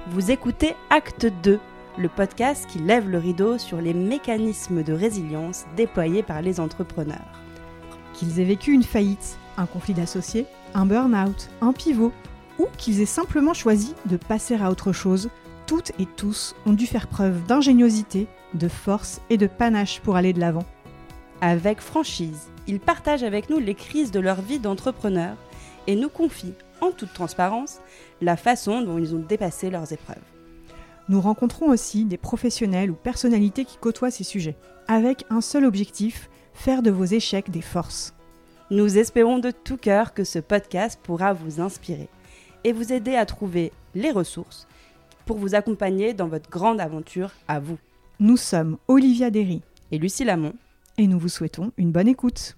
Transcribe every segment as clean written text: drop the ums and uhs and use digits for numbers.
Vous écoutez Acte 2, le podcast qui lève le rideau sur les mécanismes de résilience déployés par les entrepreneurs. Qu'ils aient vécu une faillite, un conflit d'associés, un burn-out, un pivot, ou qu'ils aient simplement choisi de passer à autre chose, toutes et tous ont dû faire preuve d'ingéniosité, de force et de panache pour aller de l'avant. Avec franchise, ils partagent avec nous les crises de leur vie d'entrepreneur et nous confient, en toute transparence, la façon dont ils ont dépassé leurs épreuves. Nous rencontrons aussi des professionnels ou personnalités qui côtoient ces sujets, avec un seul objectif, faire de vos échecs des forces. Nous espérons de tout cœur que ce podcast pourra vous inspirer et vous aider à trouver les ressources pour vous accompagner dans votre grande aventure à vous. Nous sommes Olivia Derry et Lucie Lamont et nous vous souhaitons une bonne écoute.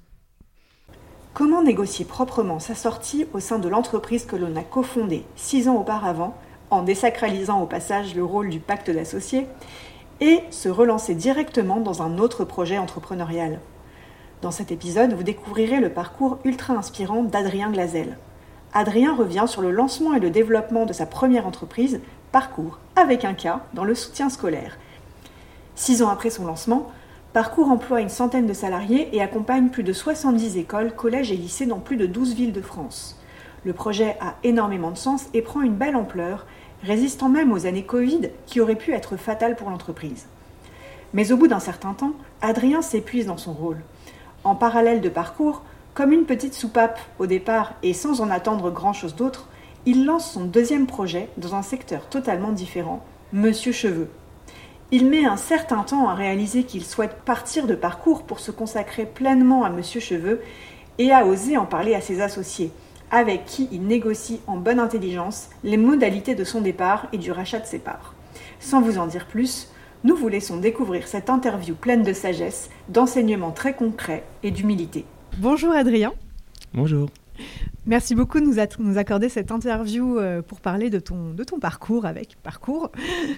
Comment négocier proprement sa sortie au sein de l'entreprise que l'on a cofondée 6 ans auparavant, en désacralisant au passage le rôle du pacte d'associés, et se relancer directement dans un autre projet entrepreneurial? Dans cet épisode, vous découvrirez le parcours ultra inspirant d'Adrien Glazel. Adrien revient sur le lancement et le développement de sa première entreprise, Parcours, avec un K, dans le soutien scolaire. 6 ans après son lancement, Parcours emploie une centaine de salariés et accompagne plus de 70 écoles, collèges et lycées dans plus de 12 villes de France. Le projet a énormément de sens et prend une belle ampleur, résistant même aux années Covid qui auraient pu être fatales pour l'entreprise. Mais au bout d'un certain temps, Adrien s'épuise dans son rôle. En parallèle de Parcours, comme une petite soupape au départ et sans en attendre grand-chose d'autre, il lance son deuxième projet dans un secteur totalement différent, Monsieur Cheveux. Il met un certain temps à réaliser qu'il souhaite partir de Parcours pour se consacrer pleinement à Monsieur Cheveux et à oser en parler à ses associés, avec qui il négocie en bonne intelligence les modalités de son départ et du rachat de ses parts. Sans vous en dire plus, nous vous laissons découvrir cette interview pleine de sagesse, d'enseignements très concrets et d'humilité. Bonjour Adrien. Bonjour. Merci beaucoup de nous accorder cette interview pour parler de ton parcours avec Parcours.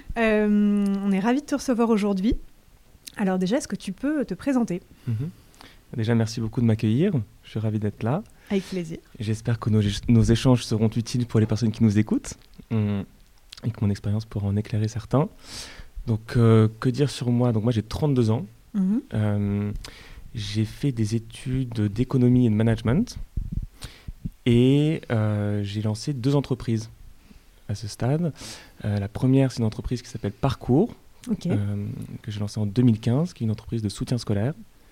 On est ravis de te recevoir aujourd'hui. Alors déjà, est-ce que tu peux te présenter ? Déjà, merci beaucoup de m'accueillir. Je suis ravi d'être là. Avec plaisir. J'espère que nos échanges seront utiles pour les personnes qui nous écoutent et que mon expérience pourra en éclairer certains. Donc, que dire sur moi ? Donc, moi, j'ai 32 ans. J'ai fait des études d'économie et de management. Et j'ai lancé 2 entreprises à ce stade. La première, c'est une entreprise qui s'appelle Parcours, que j'ai lancée en 2015, qui est une entreprise de soutien scolaire.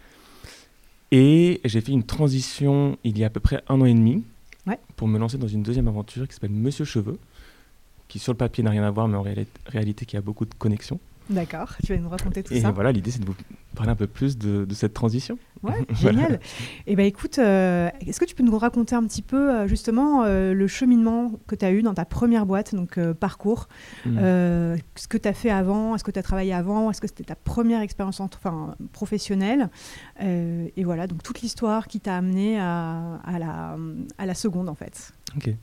Et j'ai fait une transition il y a à peu près 1 an et demi pour me lancer dans une deuxième aventure qui s'appelle Monsieur Cheveux, qui sur le papier n'a rien à voir, mais en réalité qui a beaucoup de connexions. D'accord, tu vas nous raconter tout ça. Et voilà, l'idée c'est de vous parler un peu plus de cette transition. Ouais, génial. Et bien écoute, est-ce que tu peux nous raconter un petit peu justement le cheminement que tu as eu dans ta première boîte, donc Parcours, ce que tu as fait avant, est-ce que tu as travaillé avant, est-ce que c'était ta première expérience professionnelle, et voilà, donc toute l'histoire qui t'a amené à la seconde en fait. Ok.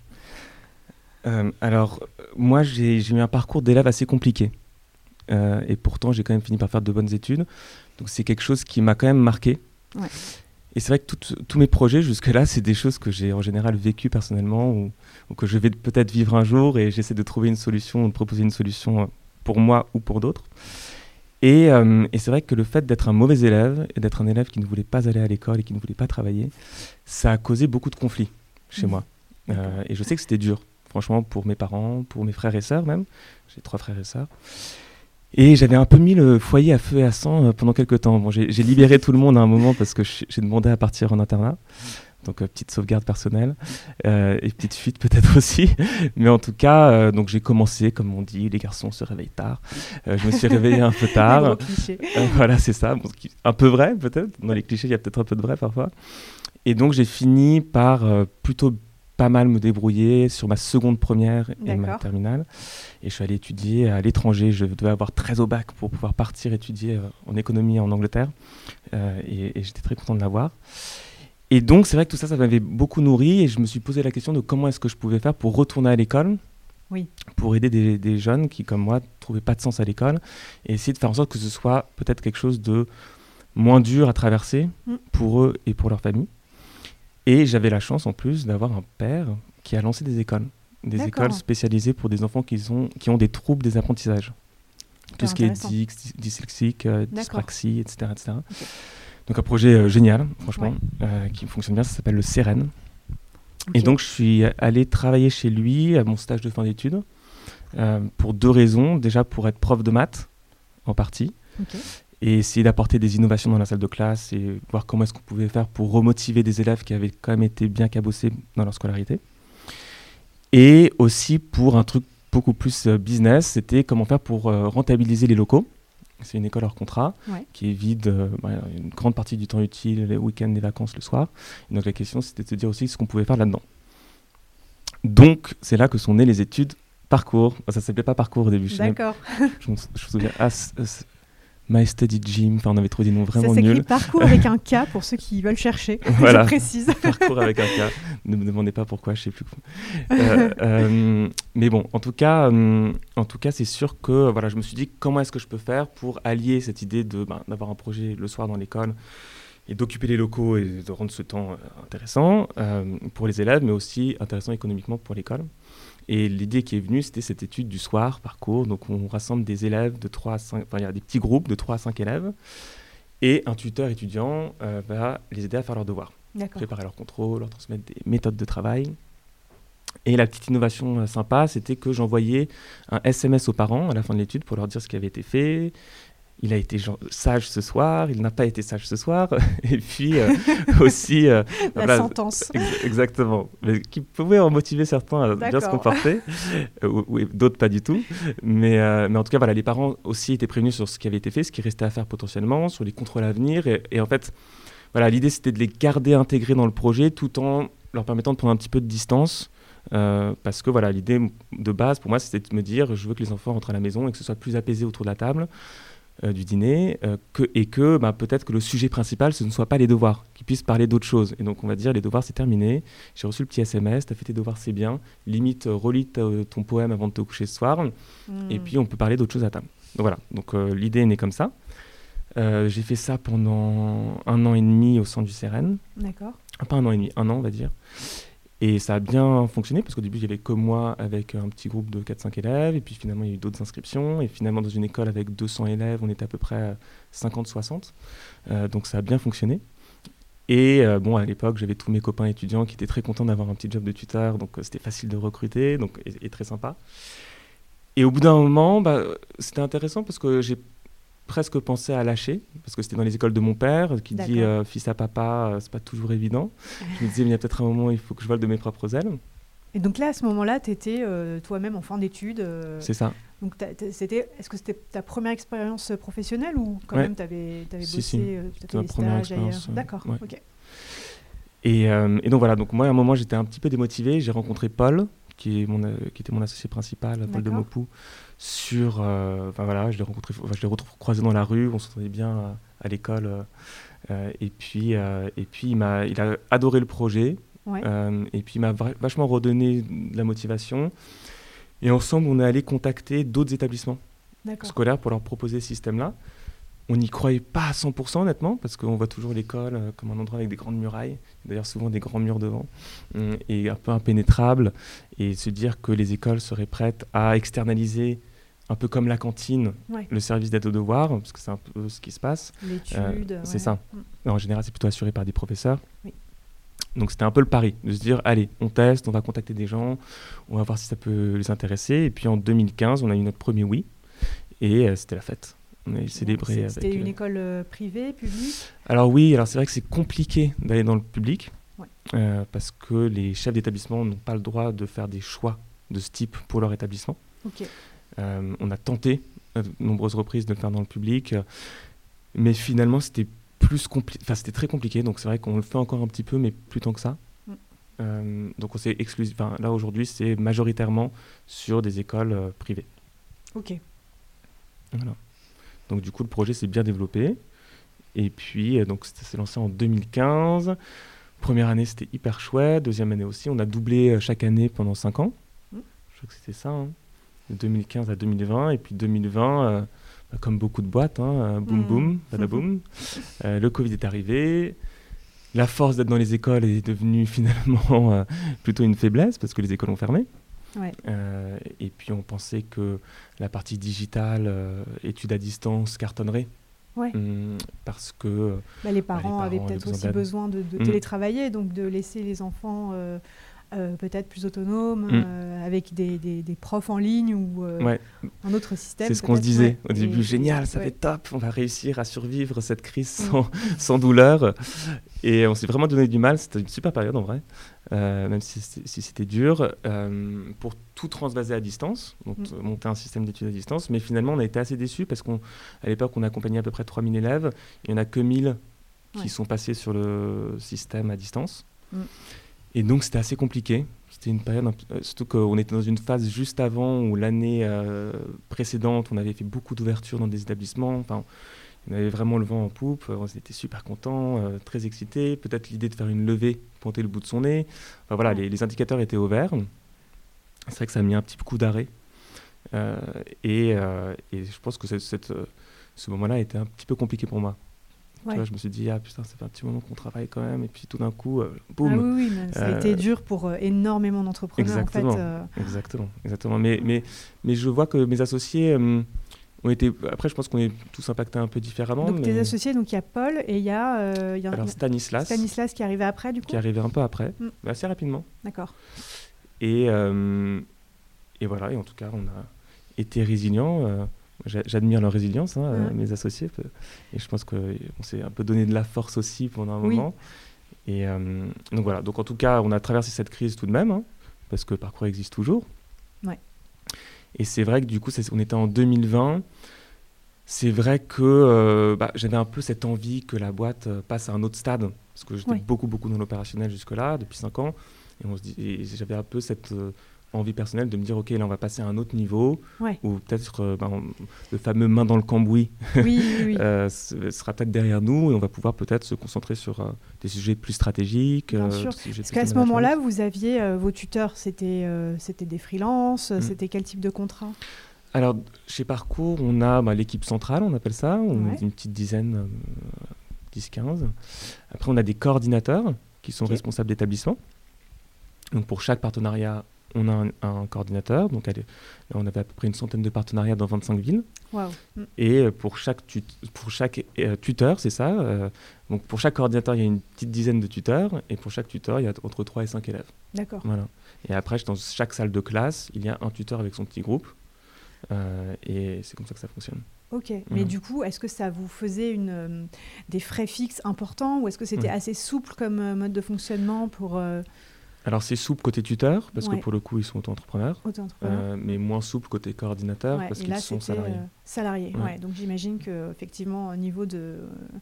Alors, moi j'ai eu un parcours d'élève assez compliqué. Et pourtant, j'ai quand même fini par faire de bonnes études. Donc, c'est quelque chose qui m'a quand même marqué. Ouais. Et c'est vrai que tous mes projets, jusque-là, c'est des choses que j'ai en général vécues personnellement ou que je vais peut-être vivre un jour et j'essaie de trouver une solution, de proposer une solution pour moi ou pour d'autres. Et c'est vrai que le fait d'être un mauvais élève et d'être un élève qui ne voulait pas aller à l'école et qui ne voulait pas travailler, ça a causé beaucoup de conflits chez moi. Et je sais que c'était dur, franchement, pour mes parents, pour mes frères et sœurs même. J'ai 3 frères et sœurs. Et j'avais un peu mis le foyer à feu et à sang pendant quelques temps. Bon, j'ai libéré tout le monde à un moment parce que j'ai demandé à partir en internat. Donc, petite sauvegarde personnelle et petite fuite peut-être aussi. Mais en tout cas, donc j'ai commencé, comme on dit, les garçons se réveillent tard. Je me suis réveillé un peu tard. Les gros clichés. Voilà, c'est ça. Bon, un peu vrai peut-être. Dans les clichés, il y a peut-être un peu de vrai parfois. Et donc, j'ai fini par plutôt pas mal me débrouiller sur ma seconde première et ma terminale. Et je suis allé étudier à l'étranger. Je devais avoir 13 au bac pour pouvoir partir étudier en économie en Angleterre. Et j'étais très content de l'avoir. Et donc, c'est vrai que tout ça, ça m'avait beaucoup nourri. Et je me suis posé la question de comment est-ce que je pouvais faire pour retourner à l'école, pour aider des jeunes qui, comme moi, ne trouvaient pas de sens à l'école. Et essayer de faire en sorte que ce soit peut-être quelque chose de moins dur à traverser pour eux et pour leur famille. Et j'avais la chance en plus d'avoir un père qui a lancé des écoles des écoles spécialisées pour des enfants qui ont des troubles des apprentissages. Tout ce qui est dyslexique, dyspraxie, etc. etc. Okay. Donc un projet génial, franchement, qui fonctionne bien, ça s'appelle le CEREN. Okay. Et donc je suis allé travailler chez lui à mon stage de fin d'études pour 2 raisons. Déjà pour être prof de maths, en partie, et essayer d'apporter des innovations dans la salle de classe et voir comment est-ce qu'on pouvait faire pour remotiver des élèves qui avaient quand même été bien cabossés dans leur scolarité. Et aussi pour un truc beaucoup plus business, c'était comment faire pour rentabiliser les locaux. C'est une école hors contrat qui est vide une grande partie du temps utile, les week-ends, les vacances, le soir. Et donc la question, c'était de se dire aussi ce qu'on pouvait faire là-dedans. Donc c'est là que sont nées les études parcours. Ça ne s'appelait pas parcours au début. D'accord. Je me souviens, My Study Gym, on avait trouvé des noms vraiment nuls. Ça s'écrit parcours avec un K pour ceux qui veulent chercher, voilà. Je précise. Parcours avec un K, ne me demandez pas pourquoi, je ne sais plus. Mais bon, en tout cas c'est sûr que je me suis dit comment est-ce que je peux faire pour allier cette idée d'avoir un projet le soir dans l'école et d'occuper les locaux et de rendre ce temps intéressant pour les élèves, mais aussi intéressant économiquement pour l'école. Et l'idée qui est venue, c'était cette étude du soir, parcours. Donc, on rassemble des élèves de 3 à 5... il y a des petits groupes de 3 à 5 élèves. Et un tuteur étudiant va les aider à faire leurs devoirs. Préparer leurs contrôles, leur transmettre des méthodes de travail. Et la petite innovation sympa, c'était que j'envoyais un SMS aux parents à la fin de l'étude pour leur dire ce qui avait été fait. Il a été sage ce soir, il n'a pas été sage ce soir. Et puis aussi... la sentence. Exactement. Mais qui pouvait en motiver certains à bien se comporter, ou d'autres pas du tout. Mais en tout cas, les parents aussi étaient prévenus sur ce qui avait été fait, ce qui restait à faire potentiellement, sur les contrôles à venir. Et en fait, l'idée, c'était de les garder intégrés dans le projet tout en leur permettant de prendre un petit peu de distance. Parce que l'idée de base, pour moi, c'était de me dire, je veux que les enfants rentrent à la maison et que ce soit plus apaisé autour de la table. Du dîner, et que peut-être que le sujet principal, ce ne soit pas les devoirs, qu'ils puissent parler d'autres choses. Et donc, on va dire, les devoirs, c'est terminé. J'ai reçu le petit SMS, t'as fait tes devoirs, c'est bien. Limite, relis ton poème avant de te coucher ce soir. Et puis, on peut parler d'autres choses à table. Donc, voilà. Donc, l'idée est née comme ça. J'ai fait ça pendant 1 an et demi au sein du CEREN. D'accord. Pas 1 an et demi, 1 an, on va dire. Et ça a bien fonctionné parce qu'au début, il n'y avait que moi avec un petit groupe de 4-5 élèves. Et puis finalement, il y a eu d'autres inscriptions. Et finalement, dans une école avec 200 élèves, on était à peu près à 50-60. Donc ça a bien fonctionné. Et à l'époque, j'avais tous mes copains étudiants qui étaient très contents d'avoir un petit job de tuteur. Donc c'était facile de recruter et très sympa. Et au bout d'un moment, c'était intéressant parce que j'ai presque pensé à lâcher, parce que c'était dans les écoles de mon père, qui dit fils à papa, c'est pas toujours évident. Je me disais, mais il y a peut-être un moment, il faut que je vole de mes propres ailes. Et donc là, à ce moment-là, tu étais toi-même en fin d'études. C'est ça. Donc est-ce que c'était ta première expérience professionnelle ou quand même tu avais bossé, tu as fait des stages ailleurs D'accord, ok. Et donc voilà, donc moi à un moment j'étais un petit peu démotivé, j'ai rencontré Paul, qui était mon associé principal, Paul de Mopou, je l'ai croisé dans la rue, on s'entendait bien à l'école, et puis il a adoré le projet, et puis il m'a vachement redonné de la motivation, et ensemble on est allé contacter d'autres établissements scolaires pour leur proposer ce système-là. On n'y croyait pas à 100% honnêtement, parce qu'on voit toujours l'école comme un endroit avec des grandes murailles, d'ailleurs souvent des grands murs devant, et un peu impénétrable, et se dire que les écoles seraient prêtes à externaliser, un peu comme la cantine, le service d'aide aux devoirs, parce que c'est un peu ce qui se passe. L'étude. C'est ça. En général, c'est plutôt assuré par des professeurs. Oui. Donc c'était un peu le pari, de se dire, allez, on teste, on va contacter des gens, on va voir si ça peut les intéresser. Et puis en 2015, on a eu notre premier oui, et c'était la fête. On a célébré avec... C'était une école privée, publique ? Alors oui, c'est vrai que c'est compliqué d'aller dans le public, parce que les chefs d'établissement n'ont pas le droit de faire des choix de ce type pour leur établissement. Ok. On a tenté de nombreuses reprises de le faire dans le public, mais finalement c'était c'était très compliqué, donc c'est vrai qu'on le fait encore un petit peu, mais plus tant que ça. Donc on s'est là aujourd'hui c'est majoritairement sur des écoles privées. Ok. Voilà. Donc du coup le projet s'est bien développé, et puis donc ça s'est lancé en 2015. Première année c'était hyper chouette, deuxième année aussi, on a doublé chaque année pendant 5 ans. Je crois que c'était ça, de 2015 à 2020, et puis 2020, comme beaucoup de boîtes, boum boum, badaboum. Le Covid est arrivé, la force d'être dans les écoles est devenue finalement plutôt une faiblesse, parce que les écoles ont fermé. Ouais. Et puis on pensait que la partie digitale, études à distance, cartonnerait. Ouais. Parce que les parents avaient peut-être aussi besoin de télétravailler, donc de laisser les enfants peut-être plus autonomes, avec des profs en ligne ou un autre système. C'est ce qu'on se disait au début. Génial, ça va être top, on va réussir à survivre cette crise sans douleur. Et on s'est vraiment donné du mal, c'était une super période en vrai, même si c'était dur, pour tout transvaser à distance, donc monter un système d'études à distance. Mais finalement, on a été assez déçus parce qu'à l'époque, on accompagnait à peu près 3000 élèves. Il n'y en a que 1000 qui sont passés sur le système à distance. Et donc, c'était assez compliqué. C'était une période, surtout qu'on était dans une phase juste avant où l'année précédente, on avait fait beaucoup d'ouvertures dans des établissements. Enfin, on avait vraiment le vent en poupe. On était super contents, très excités. Peut-être l'idée de faire une levée, pointer le bout de son nez. Enfin, voilà, les indicateurs étaient au vert. C'est vrai que ça a mis un petit coup d'arrêt. Et je pense que ce moment-là a été un petit peu compliqué pour moi. Tu vois, je me suis dit, putain, ça fait un petit moment qu'on travaille quand même, et puis tout d'un coup, boum. Ah oui, ça a été dur pour énormément d'entrepreneurs. Exactement. Mais je vois que mes associés ont été... Après, je pense qu'on est tous impactés un peu différemment. Donc tes associés, donc il y a Paul et il y a... Alors Stanislas. Stanislas qui est arrivé après, du coup. Qui est arrivé un peu après, mais assez rapidement. D'accord. Et voilà, et en tout cas, on a été résilients. J'admire leur résilience, mes associés, et je pense qu'on s'est un peu donné de la force aussi pendant un moment. Et donc voilà, donc en tout cas, on a traversé cette crise tout de même, parce que Parcours existe toujours. Ouais. Et c'est vrai que du coup, on était en 2020. C'est vrai que j'avais un peu cette envie que la boîte passe à un autre stade, parce que j'étais beaucoup dans l'opérationnel jusque-là, depuis 5 ans, et j'avais un peu cette... envie personnelle de me dire ok, là on va passer à un autre niveau, ou peut-être le fameux main dans le cambouis sera peut-être derrière nous, et on va pouvoir peut-être se concentrer sur des sujets plus stratégiques. Bien sûr. Parce qu'à ce moment-là, vous aviez vos tuteurs, c'était des freelances, c'était quel type de contrat? Alors chez Parcours, on a l'équipe centrale, on appelle ça, on est une petite dizaine, 10-15. Après on a des coordinateurs qui sont responsables d'établissement. Donc pour chaque partenariat, on a un coordinateur, donc on avait à peu près une centaine de partenariats dans 25 villes. Wow. Et pour chaque tuteur, c'est ça. Donc pour chaque coordinateur, il y a une petite dizaine de tuteurs, et pour chaque tuteur, il y a entre 3 et 5 élèves. D'accord. Voilà. Et après, dans chaque salle de classe, il y a un tuteur avec son petit groupe, et c'est comme ça que ça fonctionne. Ok, mais du coup, est-ce que ça vous faisait des frais fixes importants, ou est-ce que c'était assez souple comme mode de fonctionnement pour... Alors c'est souple côté tuteur, parce que pour le coup ils sont auto-entrepreneurs, mais moins souple côté coordinateur, parce qu'ils sont salariés. Salariés, donc j'imagine qu'effectivement au niveau de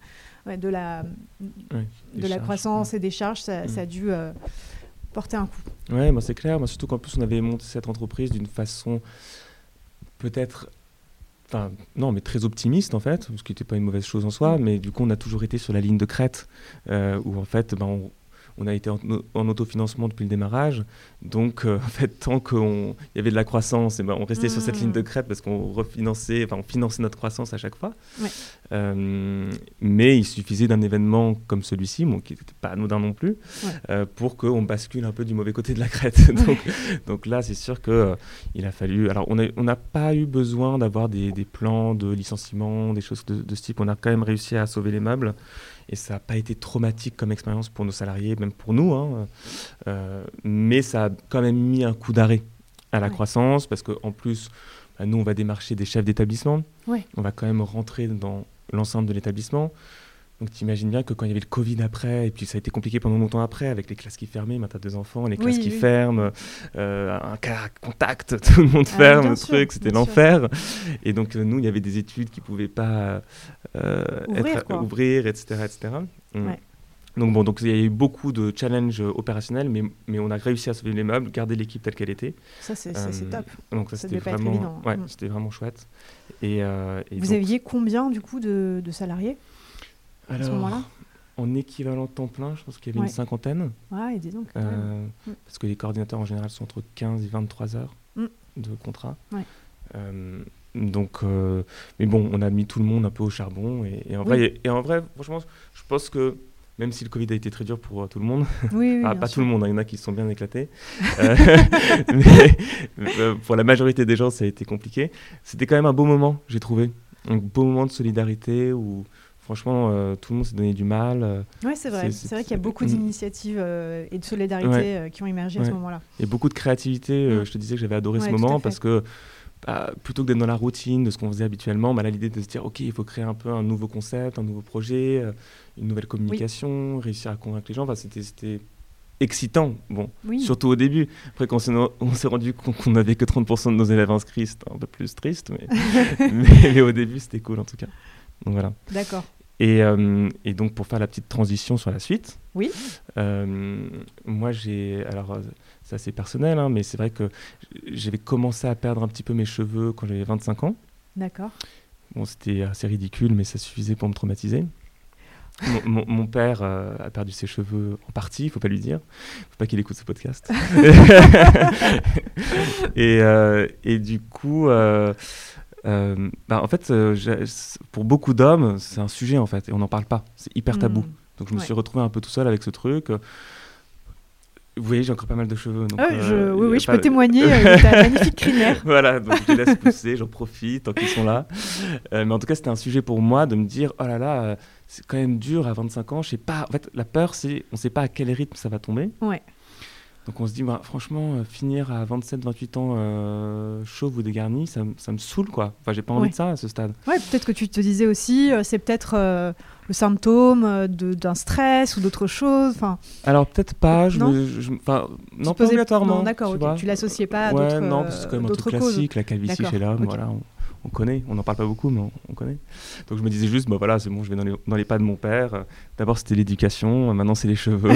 la croissance et des charges, ça a dû porter un coup. Oui, c'est clair, surtout qu'en plus on avait monté cette entreprise d'une façon peut-être... Enfin, non, mais très optimiste en fait, ce qui n'était pas une mauvaise chose en soi, mais du coup on a toujours été sur la ligne de crête, où en fait on a été en autofinancement depuis le démarrage, donc en fait tant qu'il y avait de la croissance, on restait sur cette ligne de crête parce qu'on on finançait notre croissance à chaque fois. Mais il suffisait d'un événement comme celui-ci, qui n'était pas anodin non plus, pour qu'on bascule un peu du mauvais côté de la crête. Donc là, c'est sûr qu'il a fallu... Alors on n'a pas eu besoin d'avoir des plans de licenciement, des choses de ce type. On a quand même réussi à sauver les meubles. Et ça n'a pas été traumatique comme expérience pour nos salariés, même pour nous. Mais ça a quand même mis un coup d'arrêt à la croissance, parce qu'en plus, nous, on va démarcher des chefs d'établissement. On va quand même rentrer dans l'enceinte de l'établissement. Donc, tu imagines bien que quand il y avait le Covid après, et puis ça a été compliqué pendant longtemps après, avec les classes qui fermaient, maintenant 2 enfants, les classes qui ferment, un cas contact, tout le monde ferme, c'était l'enfer. Et donc, nous, il y avait des études qui ne pouvaient pas ouvrir, etc. Donc il y a eu beaucoup de challenges opérationnels, mais on a réussi à sauver les meubles, garder l'équipe telle qu'elle était. Ça, c'est top. Donc ça c'était vraiment, c'était vraiment chouette. Et vous aviez combien, du coup, de salariés à ce moment-là? En équivalent temps plein, je pense qu'il y avait une cinquantaine. Ouais, dis donc. Parce que les coordinateurs, en général, sont entre 15 et 23 heures de contrat. Donc, mais bon, on a mis tout le monde un peu au charbon. Et en vrai, franchement, je pense que même si le Covid a été très dur pour tout le monde. Oui, pas sûr. tout le monde, il y en a qui se sont bien éclatés. Mais pour la majorité des gens, ça a été compliqué. C'était quand même un beau moment, j'ai trouvé. Un beau moment de solidarité où, franchement, tout le monde s'est donné du mal. Oui, c'est vrai. C'est vrai qu'il y a beaucoup d'initiatives et de solidarité qui ont émergé à ce moment-là. Et beaucoup de créativité. Je te disais que j'avais adoré ce moment parce que plutôt que d'être dans la routine de ce qu'on faisait habituellement, là, l'idée de se dire ok, il faut créer un peu un nouveau concept, un nouveau projet, une nouvelle communication, réussir à convaincre les gens. C'était excitant, surtout au début. Après, quand on s'est rendu compte qu'on n'avait que 30% de nos élèves inscrits, c'était un peu plus triste, mais au début, c'était cool en tout cas. Donc voilà. D'accord. Et donc, pour faire la petite transition sur la suite, moi, c'est assez personnel, mais c'est vrai que j'avais commencé à perdre un petit peu mes cheveux quand j'avais 25 ans. D'accord. Bon, c'était assez ridicule, mais ça suffisait pour me traumatiser. Mon père a perdu ses cheveux en partie, il ne faut pas lui dire. Il ne faut pas qu'il écoute ce podcast. et du coup... en fait, pour beaucoup d'hommes, c'est un sujet en fait, et on n'en parle pas. C'est hyper tabou. Donc je me suis retrouvé un peu tout seul avec ce truc. Vous voyez, j'ai encore pas mal de cheveux. Donc, oui, je peux témoigner de ta magnifique crinière. Voilà, donc je les laisse pousser, j'en profite tant qu'ils sont là. Mais en tout cas, c'était un sujet pour moi de me dire, oh là là, c'est quand même dur à 25 ans. Je sais pas. En fait, la peur, c'est on ne sait pas à quel rythme ça va tomber. Ouais. Donc on se dit, franchement, finir à 27-28 ans chauve ou dégarni, ça me saoule, quoi. Enfin, j'ai pas envie de ça à ce stade. Ouais, peut-être que tu te disais aussi, c'est peut-être le symptôme d'un stress ou d'autre chose. Alors peut-être pas, non, pas obligatoirement. Non, d'accord, tu l'associais pas à d'autres causes. Non, parce que c'est quand même un truc classique, la calvitie chez l'homme, voilà. On connaît, on n'en parle pas beaucoup, mais on connaît. Donc je me disais juste, voilà, c'est bon, je vais dans les pas de mon père. D'abord c'était l'éducation, maintenant c'est les cheveux.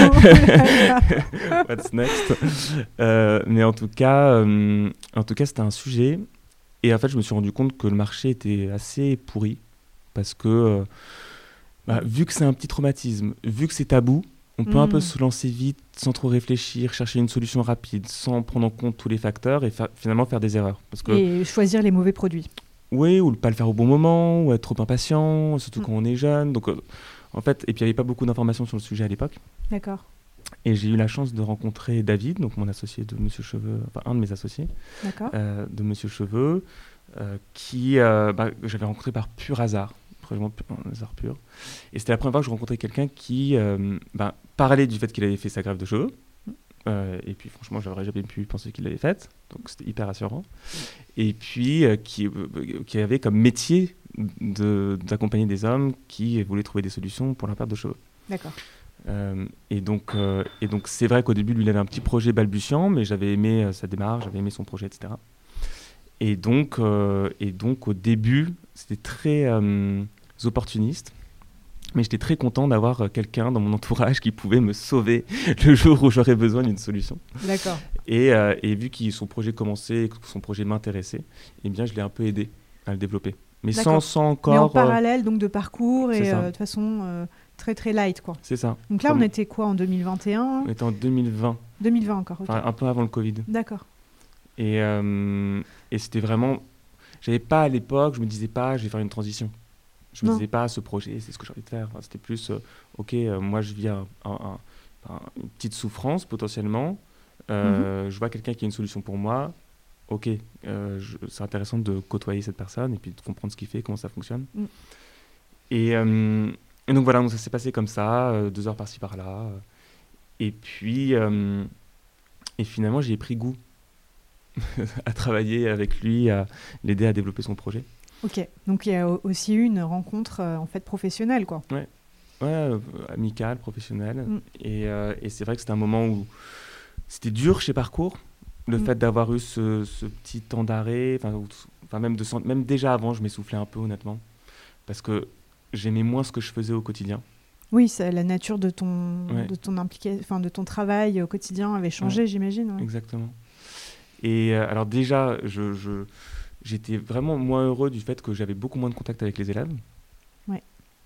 What's next? Mais en tout cas, c'était un sujet. Et en fait, je me suis rendu compte que le marché était assez pourri parce que, vu que c'est un petit traumatisme, vu que c'est tabou, on peut un peu se lancer vite, sans trop réfléchir, chercher une solution rapide, sans prendre en compte tous les facteurs et finalement faire des erreurs. Et choisir les mauvais produits. Oui, ou ne pas le faire au bon moment, ou être trop impatient, surtout quand on est jeune. Donc, en fait, et puis il n'y avait pas beaucoup d'informations sur le sujet à l'époque. D'accord. Et j'ai eu la chance de rencontrer David, donc mon associé de Monsieur Cheveux, un de mes associés de Monsieur Cheveux, qui j'avais rencontré par pur hasard. Vraiment un hasard pur. Et c'était la première fois que je rencontrais quelqu'un qui parlait du fait qu'il avait fait sa greffe de cheveux. Et puis franchement, j'aurais jamais pu penser qu'il l'avait faite. Donc c'était hyper rassurant. Et puis qui avait comme métier d'accompagner des hommes qui voulaient trouver des solutions pour leur perte de cheveux. D'accord. Et donc c'est vrai qu'au début, lui, il avait un petit projet balbutiant, mais j'avais aimé sa démarche, j'avais aimé son projet, etc. Et donc au début, c'était très opportuniste, mais j'étais très content d'avoir quelqu'un dans mon entourage qui pouvait me sauver le jour où j'aurais besoin d'une solution. D'accord. Et vu que son projet commençait, que son projet m'intéressait, eh bien, je l'ai un peu aidé à le développer. Mais sans encore... Mais en parallèle donc de parcours et de façon très très light, quoi. C'est ça. Donc là, on était quoi, en 2021 ? On était en 2020. 2020 encore, ok. Enfin, un peu avant le Covid. D'accord. Et c'était vraiment... J'avais pas à l'époque, je me disais pas, je vais faire une transition. Je me disais pas, ce projet, c'est ce que j'ai envie de faire. Enfin, c'était plus, moi je vis une petite souffrance potentiellement. Je vois quelqu'un qui a une solution pour moi. Ok, c'est intéressant de côtoyer cette personne et puis de comprendre ce qu'il fait, comment ça fonctionne. Et donc voilà, donc ça s'est passé comme ça, 2 heures par-ci par-là. Et puis, et finalement, j'ai pris goût à travailler avec lui, à l'aider à développer son projet. Ok, donc il y a aussi eu une rencontre en fait professionnelle, quoi. Ouais, amicale, professionnelle. Et c'est vrai que c'était un moment où c'était dur chez Parcours, le fait d'avoir eu ce petit temps d'arrêt, même déjà avant, je m'essoufflais un peu honnêtement, parce que j'aimais moins ce que je faisais au quotidien. Oui, la nature de ton de ton travail au quotidien avait changé, j'imagine. Ouais. Exactement. Et alors déjà, j'étais vraiment moins heureux du fait que j'avais beaucoup moins de contact avec les élèves. Ouais.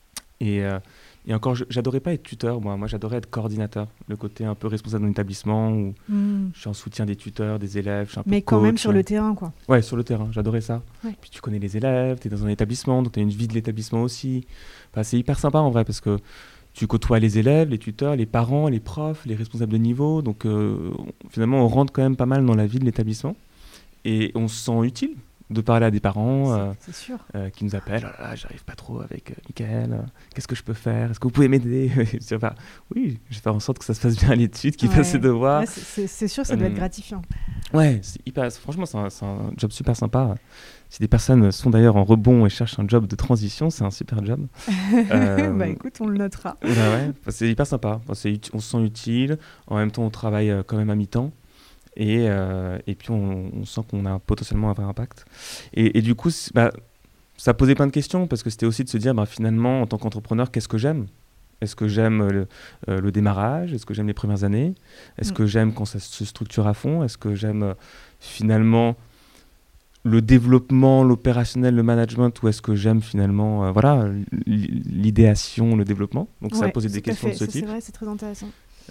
Et encore, j'adorais pas être tuteur, moi j'adorais être coordinateur, le côté un peu responsable d'un établissement où je suis en soutien des tuteurs, des élèves, je suis un peu mais quand coach, même sur le terrain, quoi. Ouais, sur le terrain, j'adorais ça. Ouais. Puis tu connais les élèves, tu es dans un établissement, donc tu as une vie de l'établissement aussi. Enfin, c'est hyper sympa en vrai parce que tu côtoies les élèves, les tuteurs, les parents, les profs, les responsables de niveau. Donc finalement, on rentre quand même pas mal dans la vie de l'établissement. Et on se sent utile de parler à des parents c'est sûr. Qui nous appellent. Oh là là, j'arrive pas trop avec Mickaël. Qu'est-ce que je peux faire? Est-ce que vous pouvez m'aider? Enfin, oui, je vais faire en sorte que ça se passe bien à l'étude, qu'il fasse ses devoirs. Ouais, c'est sûr, ça doit être gratifiant. Ouais, franchement, c'est un job super sympa. Si des personnes sont d'ailleurs en rebond et cherchent un job de transition, c'est un super job. Bah écoute, on le notera. Ouais, c'est hyper sympa. On se sent utile. En même temps, on travaille quand même à mi-temps. Et puis, on sent qu'on a potentiellement un vrai impact. Et du coup, ça posait plein de questions parce que c'était aussi de se dire, finalement, en tant qu'entrepreneur, qu'est-ce que j'aime? Est-ce que j'aime le démarrage? Est-ce que j'aime les premières années? Est-ce que j'aime quand ça se structure à fond? Est-ce que j'aime finalement le développement, l'opérationnel, le management? Ou est-ce que j'aime finalement l'idéation, le développement? Donc ça a posé des questions de ce type. C'est vrai, c'est très intéressant.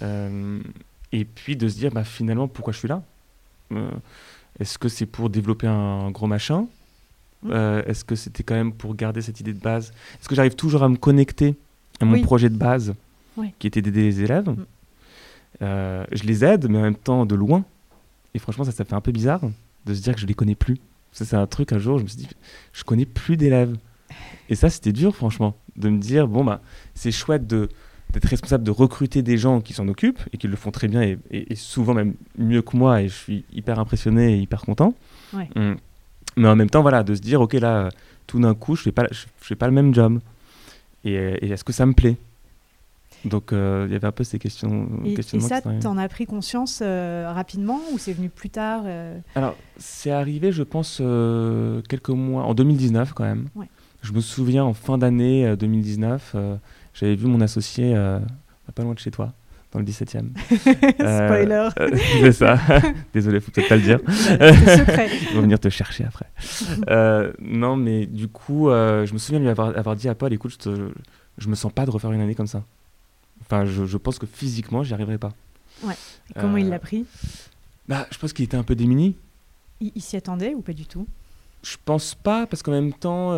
Et puis de se dire, finalement, pourquoi je suis là? Est-ce que c'est pour développer un gros machin? Est-ce que c'était quand même pour garder cette idée de base? Est-ce que j'arrive toujours à me connecter à mon projet de base, qui était d'aider les élèves? Je les aide, mais en même temps de loin. Et franchement, ça fait un peu bizarre de se dire que je les connais plus. Ça, c'est un truc, un jour, je me suis dit, je connais plus d'élèves. Et ça, c'était dur, franchement, de me dire, c'est chouette d'être responsable de recruter des gens qui s'en occupent et qui le font très bien et souvent même mieux que moi, et je suis hyper impressionné et hyper content. Mais en même temps, de se dire, ok, là, tout d'un coup, je fais pas le même job. Et est-ce que ça me plaît? Donc, il y avait un peu ces questions. Et ça, t'en as pris conscience rapidement ou c'est venu plus tard Alors, c'est arrivé, je pense, quelques mois, en 2019 quand même. Je me souviens, en fin d'année 2019, j'avais vu mon associé pas loin de chez toi, dans le 17e. Spoiler. C'est ça. Désolé, faut peut-être pas le dire. C'est secret. Ils vont venir te chercher après. Non, mais du coup, je me souviens lui avoir dit à Paul, écoute, je me sens pas de refaire une année comme ça. Enfin, je pense que physiquement, j'y arriverai pas. Ouais. Comment il l'a pris? Je pense qu'il était un peu démuni. Il s'y attendait ou pas du tout? Je pense pas, parce qu'en même temps,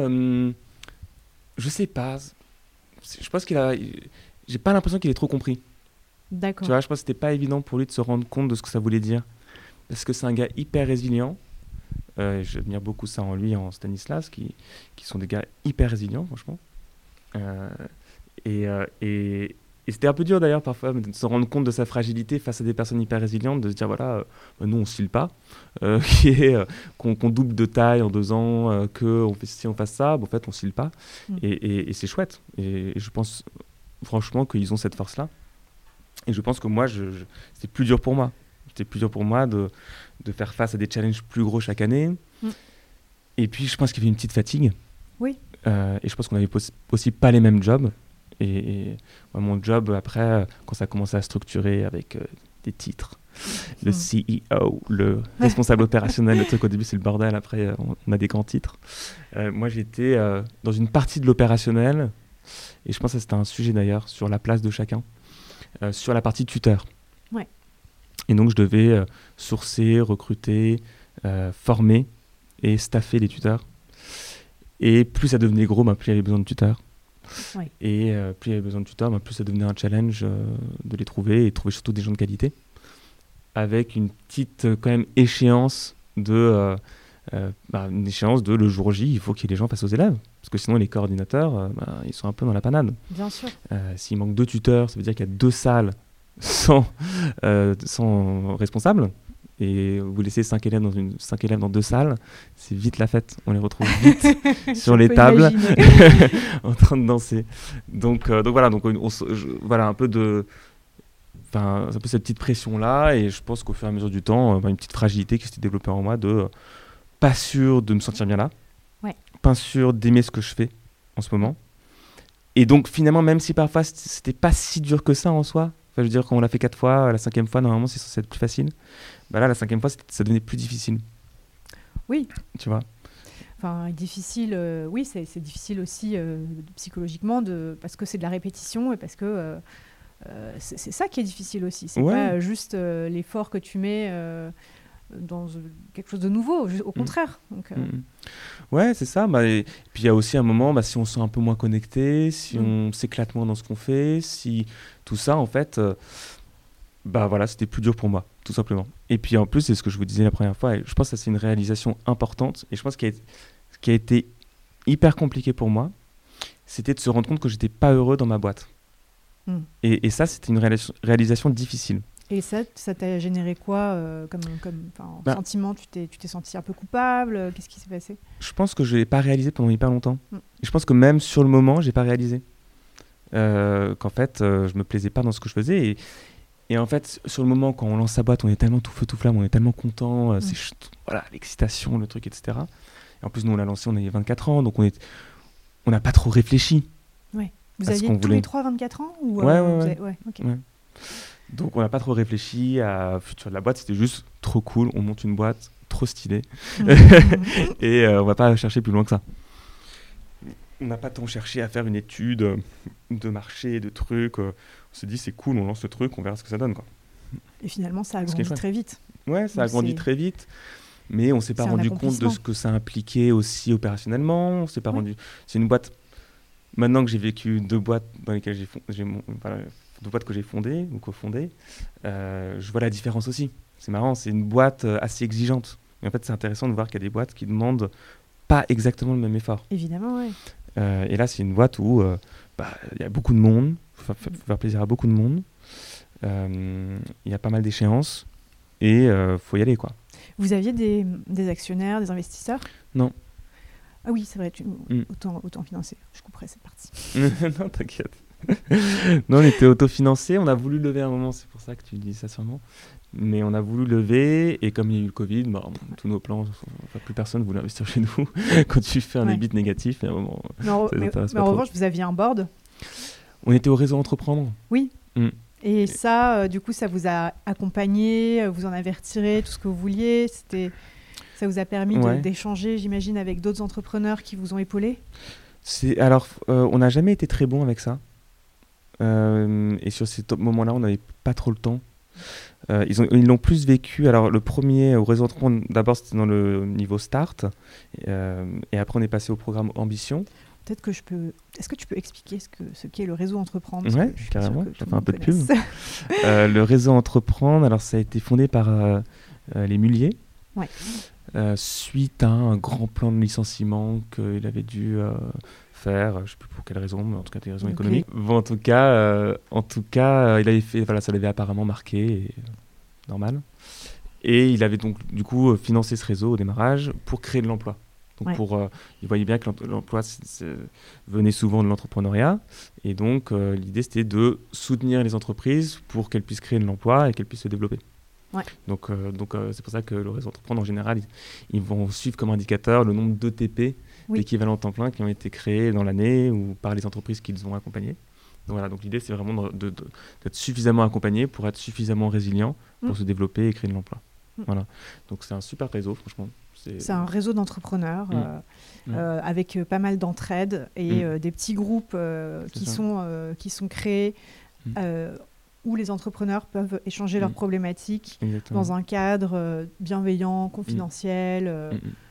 je sais pas. Je pense j'ai pas l'impression qu'il ait trop compris. D'accord. Tu vois, je pense que c'était pas évident pour lui de se rendre compte de ce que ça voulait dire. Parce que c'est un gars hyper résilient. J'admire beaucoup ça en lui, en Stanislas, qui sont des gars hyper résilients, franchement. Et c'était un peu dur d'ailleurs parfois de se rendre compte de sa fragilité face à des personnes hyper résilientes, de se dire nous on se file pas, qu'on double de taille en 2 ans, qu'on fait ci, on fasse ça, en fait on se file pas. Et c'est chouette. Et je pense franchement qu'ils ont cette force-là. Et je pense que moi, c'était plus dur pour moi. C'était plus dur pour moi de faire face à des challenges plus gros chaque année. Et puis je pense qu'il y avait une petite fatigue. Oui. Et je pense qu'on n'avait aussi pas les mêmes jobs. Et mon job, après, quand ça a commencé à structurer avec des titres, le CEO, le responsable opérationnel, le truc au début c'est le bordel, après on a des grands titres. Moi j'étais dans une partie de l'opérationnel, et je pense que c'était un sujet d'ailleurs, sur la place de chacun, sur la partie tuteur. Ouais. Et donc je devais sourcer, recruter, former et staffer les tuteurs. Et plus ça devenait gros, plus il y avait besoin de tuteurs. Ouais. Et plus il y avait besoin de tuteurs, plus ça devenait un challenge de les trouver, et trouver surtout des gens de qualité, avec une petite quand même échéance une échéance de le jour J, il faut qu'il y ait les gens face aux élèves, parce que sinon les coordinateurs ils sont un peu dans la panade. Bien sûr. S'il manque 2 tuteurs, ça veut dire qu'il y a 2 salles sans responsable. Et vous laissez 5 élèves dans 2 salles, c'est vite la fête. On les retrouve vite sur les tables en train de danser. Donc voilà, voilà un peu un peu cette petite pression là, et je pense qu'au fur et à mesure du temps, une petite fragilité qui s'est développée en moi de pas sûr de me sentir bien là, pas sûr d'aimer ce que je fais en ce moment. Et donc finalement, même si parfois c'était pas si dur que ça en soi, je veux dire, quand on l'a fait 4 fois, la 5e fois normalement c'est censé être plus facile. Là, la 5e fois, ça devenait plus difficile. Oui. Tu vois. Enfin, difficile, oui, c'est difficile aussi psychologiquement, parce que c'est de la répétition et parce que c'est ça qui est difficile aussi. C'est pas juste l'effort que tu mets dans quelque chose de nouveau, au contraire. Donc, Ouais, c'est ça. Et puis il y a aussi un moment, si on se sent un peu moins connecté, si on s'éclate moins dans ce qu'on fait, si tout ça, en fait, voilà, c'était plus dur pour moi, tout simplement. Et puis en plus, c'est ce que je vous disais la première fois, et je pense que ça, c'est une réalisation importante, et je pense qu'il qui a été hyper compliqué pour moi, c'était de se rendre compte que j'étais pas heureux dans ma boîte. Et ça, c'était une réalisation difficile. Et ça t'a généré quoi comme sentiment? Tu t'es senti un peu coupable? Qu'est-ce qui s'est passé? Je pense que je l'ai pas réalisé pendant hyper longtemps. Et je pense que même sur le moment, j'ai pas réalisé qu'en fait, je me plaisais pas dans ce que je faisais. Et en fait, sur le moment, quand on lance sa boîte, on est tellement tout feu tout flamme, on est tellement content, c'est voilà, l'excitation, le truc, etc. Et en plus, nous, on l'a lancé, on avait 24 ans, donc on n'a pas trop réfléchi. Ouais. Vous aviez tous les trois 24 ans ou Ouais. Okay. Ouais. Donc, on n'a pas trop réfléchi à futur de la boîte, c'était juste trop cool, on monte une boîte, trop stylée. Et on va pas chercher plus loin que ça. On n'a pas tant cherché à faire une étude de marché, de trucs. On s'est dit, c'est cool, on lance le truc, on verra ce que ça donne, quoi. Et finalement, ça a grandi très vite. Ouais, ça a grandi très vite. Mais on ne s'est pas rendu compte de ce que ça impliquait aussi opérationnellement. On s'est pas rendu... C'est une boîte... Maintenant que j'ai vécu 2 boîtes dans lesquelles deux boîtes que j'ai fondées ou cofondées, je vois la différence aussi. C'est marrant, c'est une boîte assez exigeante. Et en fait, c'est intéressant de voir qu'il y a des boîtes qui demandent pas exactement le même effort. Évidemment, oui. Et là, c'est une boîte où y a beaucoup de monde, il faut faire plaisir à beaucoup de monde. Il y a pas mal d'échéances et faut y aller, quoi. Vous aviez des actionnaires, des investisseurs? Non. Ah oui, c'est vrai, autant financé. Je couperai cette partie. Non, t'inquiète. Non, on était autofinancé. On a voulu lever à un moment, c'est pour ça que tu dis ça sûrement. Mais on a voulu lever et comme il y a eu le Covid, tous nos plans, plus personne ne voulait investir chez nous. Quand tu fais un EBIT négatif, à un moment, mais en revanche, vous aviez un board? On était au réseau Entreprendre. Oui. Et ça, du coup, ça vous a accompagné, vous en avez retiré tout ce que vous vouliez. Ça vous a permis d'échanger, j'imagine, avec d'autres entrepreneurs qui vous ont épaulé? On n'a jamais été très bon avec ça. Et sur ces moments-là, on n'avait pas trop le temps. Ils l'ont plus vécu. Alors, le premier au réseau Entreprendre, d'abord, c'était dans le niveau Start. Et après, on est passé au programme Ambition. Peut-être que Est-ce que tu peux expliquer ce qu'est le réseau Entreprendre? Oui, carrément. Je fais un peu de pub. Le réseau Entreprendre, alors ça a été fondé par les Mulliers. Ouais. Suite à un grand plan de licenciement qu'il avait dû faire, je ne sais plus pour quelle raison, mais en tout cas des raisons économiques. Bon, en tout cas, il avait fait, ça l'avait apparemment marqué, normal. Et il avait donc du coup financé ce réseau au démarrage pour créer de l'emploi. Donc il voyait bien que l'emploi venait souvent de l'entrepreneuriat, et donc l'idée c'était de soutenir les entreprises pour qu'elles puissent créer de l'emploi et qu'elles puissent se développer. Ouais. Donc c'est pour ça que le réseau Entreprendre en général, ils vont suivre comme indicateur le nombre d'ETP, d'équivalents temps plein, qui ont été créés dans l'année ou par les entreprises qu'ils ont accompagnées. Donc voilà, donc l'idée c'est vraiment d'être suffisamment accompagné pour être suffisamment résilient pour se développer et créer de l'emploi. Voilà. Donc c'est un super réseau, franchement. C'est un réseau d'entrepreneurs avec pas mal d'entraide et des petits groupes qui sont créés où les entrepreneurs peuvent échanger leurs problématiques dans un cadre bienveillant, confidentiel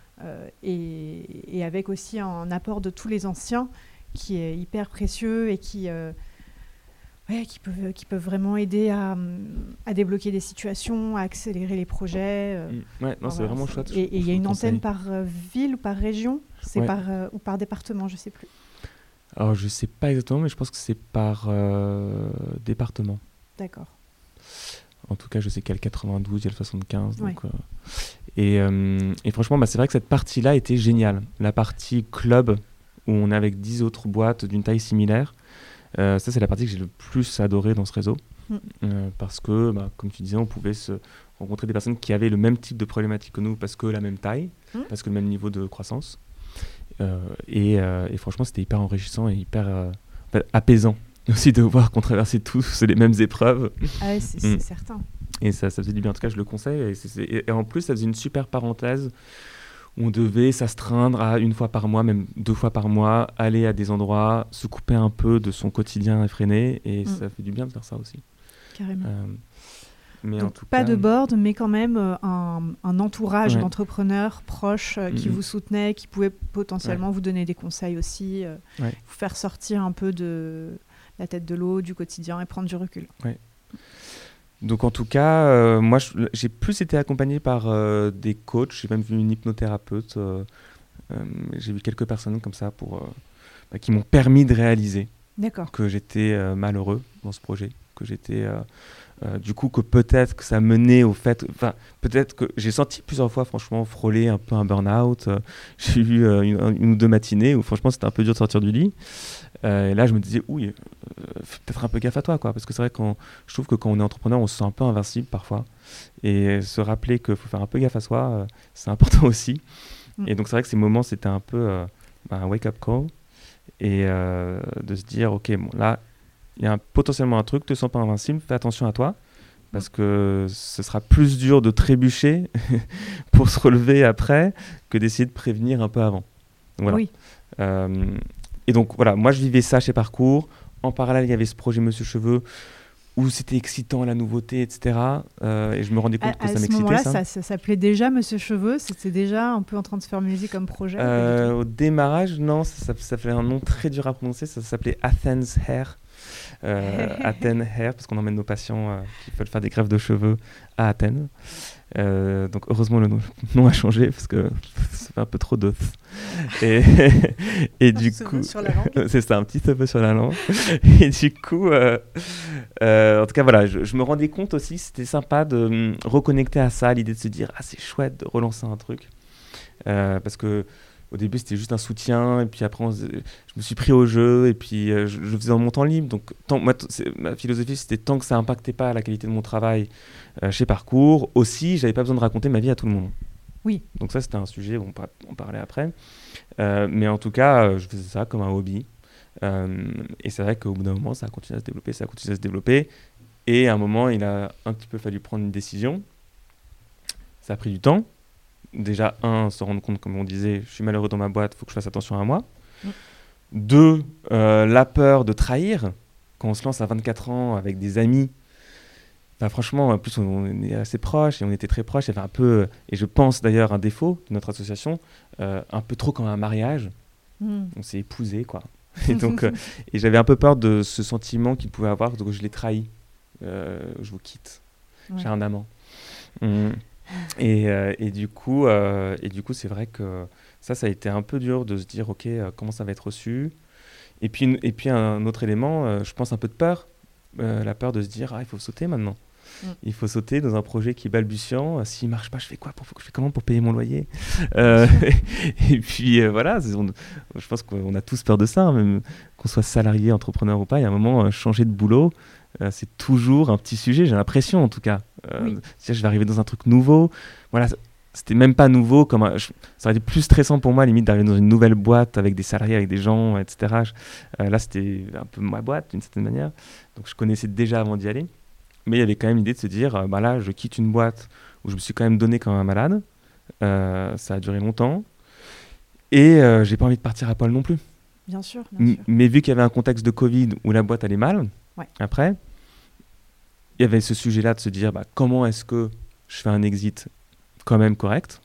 et avec aussi un apport de tous les anciens qui est hyper précieux et qui peuvent vraiment aider à débloquer des situations, à accélérer les projets. C'est vraiment chouette. Et il y a une antenne par ville ou par région, ou par département, je ne sais plus. Alors, je ne sais pas exactement, mais je pense que c'est par département. D'accord. En tout cas, je sais qu'il y a le 92, il y a le 75. Donc, et franchement, c'est vrai que cette partie-là était géniale. La partie club, où on est avec 10 autres boîtes d'une taille similaire, ça, c'est la partie que j'ai le plus adorée dans ce réseau. Parce que, comme tu disais, on pouvait se rencontrer des personnes qui avaient le même type de problématique que nous, parce que la même taille, parce que le même niveau de croissance. Et franchement, c'était hyper enrichissant et hyper apaisant aussi de voir qu'on traversait tous les mêmes épreuves. Ah ouais, c'est certain. Et ça faisait du bien. En tout cas, je le conseille. Et en plus, ça faisait une super parenthèse où on devait s'astreindre à 1 fois par mois, même 2 fois par mois, aller à des endroits, se couper un peu de son quotidien effréné. Et ça fait du bien de faire ça aussi. Carrément. Mais donc, en tout pas cas, de board, mais quand même un entourage Ouais. d'entrepreneurs proches qui vous soutenaient, qui pouvaient potentiellement vous donner des conseils aussi, Ouais. vous faire sortir un peu de la tête de l'eau, du quotidien et prendre du recul. Donc en tout cas, moi j'ai plus été accompagné par des coachs, j'ai même vu une hypnothérapeute, j'ai vu quelques personnes comme ça qui m'ont permis de réaliser D'accord. que j'étais malheureux dans ce projet, que j'étais du coup que peut-être que ça menait au fait, peut-être que j'ai senti plusieurs fois franchement frôler un peu un burn-out, j'ai eu une ou deux matinées où franchement c'était un peu dur de sortir du lit. Et là, je me disais, fais peut-être un peu gaffe à toi, quoi. Parce que c'est vrai que je trouve que quand on est entrepreneur, on se sent un peu invincible parfois. Et se rappeler qu'il faut faire un peu gaffe à soi, c'est important aussi. Et donc, c'est vrai que ces moments, c'était un peu un wake-up call. Et de se dire, OK, bon, là, il y a potentiellement un truc, ne te sens pas invincible, fais attention à toi. Parce que ce sera plus dur de trébucher pour se relever après que d'essayer de prévenir un peu avant. Donc, voilà. Oui. Et donc voilà, moi je vivais ça chez Parcours. En parallèle, il y avait ce projet Monsieur Cheveux où c'était excitant, la nouveauté, etc. Et je me rendais compte que ça m'excitait. À ce moment-là, ça s'appelait déjà Monsieur Cheveux. C'était déjà un peu en train de se formaliser comme projet. Au démarrage, non, ça fait un nom très dur à prononcer. Ça s'appelait Athens Hair. Athens Hair, parce qu'on emmène nos patients qui veulent faire des greffes de cheveux à Athènes. Donc heureusement le nom a changé parce que ça fait un peu trop de et du coup sur la langue. c'est ça, un petit peu sur la langue. Et du coup en tout cas voilà, je me rendais compte aussi, c'était sympa de reconnecter à ça, l'idée de se dire c'est chouette de relancer un truc parce que au début, c'était juste un soutien, et puis après, je me suis pris au jeu, et puis je le faisais dans mon temps libre. Donc, ma philosophie, c'était tant que ça n'impactait pas la qualité de mon travail chez Parcours. Aussi, je n'avais pas besoin de raconter ma vie à tout le monde. Oui. Donc ça, c'était un sujet, on parlait après. Mais en tout cas, je faisais ça comme un hobby. Et c'est vrai qu'au bout d'un moment, ça a continué à se développer, Et à un moment, il a un petit peu fallu prendre une décision. Ça a pris du temps. Déjà, se rendre compte, comme on disait, je suis malheureux dans ma boîte, il faut que je fasse attention à moi. 2, la peur de trahir. Quand on se lance à 24 ans avec des amis, franchement, en plus, on est assez proches et on était très proches. Il y avait un peu, et je pense d'ailleurs un défaut de notre association, un peu trop comme un mariage. On s'est épousés, quoi. Et, donc, et j'avais un peu peur de ce sentiment qu'il pouvait avoir, donc je l'ai trahi. Je vous quitte. Ouais. J'ai un amant. Et du coup, c'est vrai que ça a été un peu dur de se dire, ok, comment ça va être reçu. Et puis un autre élément, je pense un peu de peur, la peur de se dire, il faut sauter maintenant. Il faut sauter dans un projet qui est balbutiant. S'il marche pas, je fais quoi je fais comment pour payer mon loyer Et puis voilà, je pense qu'on a tous peur de ça, hein, même qu'on soit salarié, entrepreneur ou pas. Il y a un moment, changer de boulot, c'est toujours un petit sujet, j'ai l'impression en tout cas. Oui. Je vais arriver dans un truc nouveau. Voilà, c'était même pas nouveau. Ça aurait été plus stressant pour moi, limite, d'arriver dans une nouvelle boîte avec des salariés, avec des gens, etc. Là, c'était un peu ma boîte, d'une certaine manière. Donc, je connaissais déjà avant d'y aller. Mais il y avait quand même l'idée de se dire, là, je quitte une boîte où je me suis quand même donné comme un malade. Ça a duré longtemps. Et j'ai pas envie de partir à poil non plus. Bien sûr. Bien sûr. Mais vu qu'il y avait un contexte de Covid où la boîte allait mal, après, il y avait ce sujet-là de se dire, comment est-ce que je fais un exit quand même correct,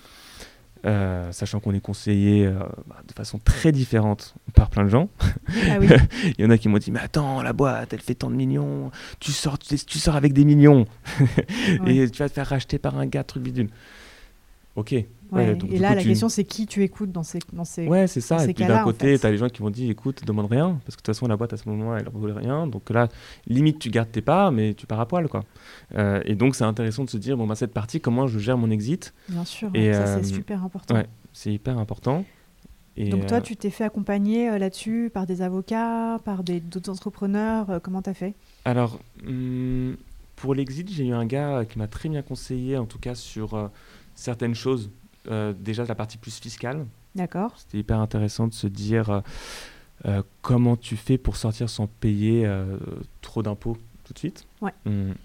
sachant qu'on est conseillé de façon très différente par plein de gens. Ah oui. Il y en a qui m'ont dit, mais attends, la boîte, elle fait tant de millions, tu sors avec des millions, et tu vas te faire racheter par un gars, truc bidule. Ok. Donc, et là, la question, c'est qui tu écoutes dans ces Ouais, c'est ça. Et puis d'un côté, en fait, tu as les gens qui vont dire, écoute, demande rien, parce que de toute façon, la boîte, à ce moment-là, elle ne vaut rien. Donc là, limite, tu gardes tes parts, mais tu pars à poil, quoi. Et donc, c'est intéressant de se dire, cette partie, comment je gère mon exit. Bien sûr, ça, c'est super important. Ouais, c'est hyper important. Et donc, toi, tu t'es fait accompagner là-dessus par des avocats, par d'autres entrepreneurs. Comment tu as fait ? Alors, pour l'exit, j'ai eu un gars qui m'a très bien conseillé, en tout cas, sur certaines choses. Déjà la partie plus fiscale. D'accord. C'était hyper intéressant de se dire comment tu fais pour sortir sans payer trop d'impôts tout de suite. Ouais.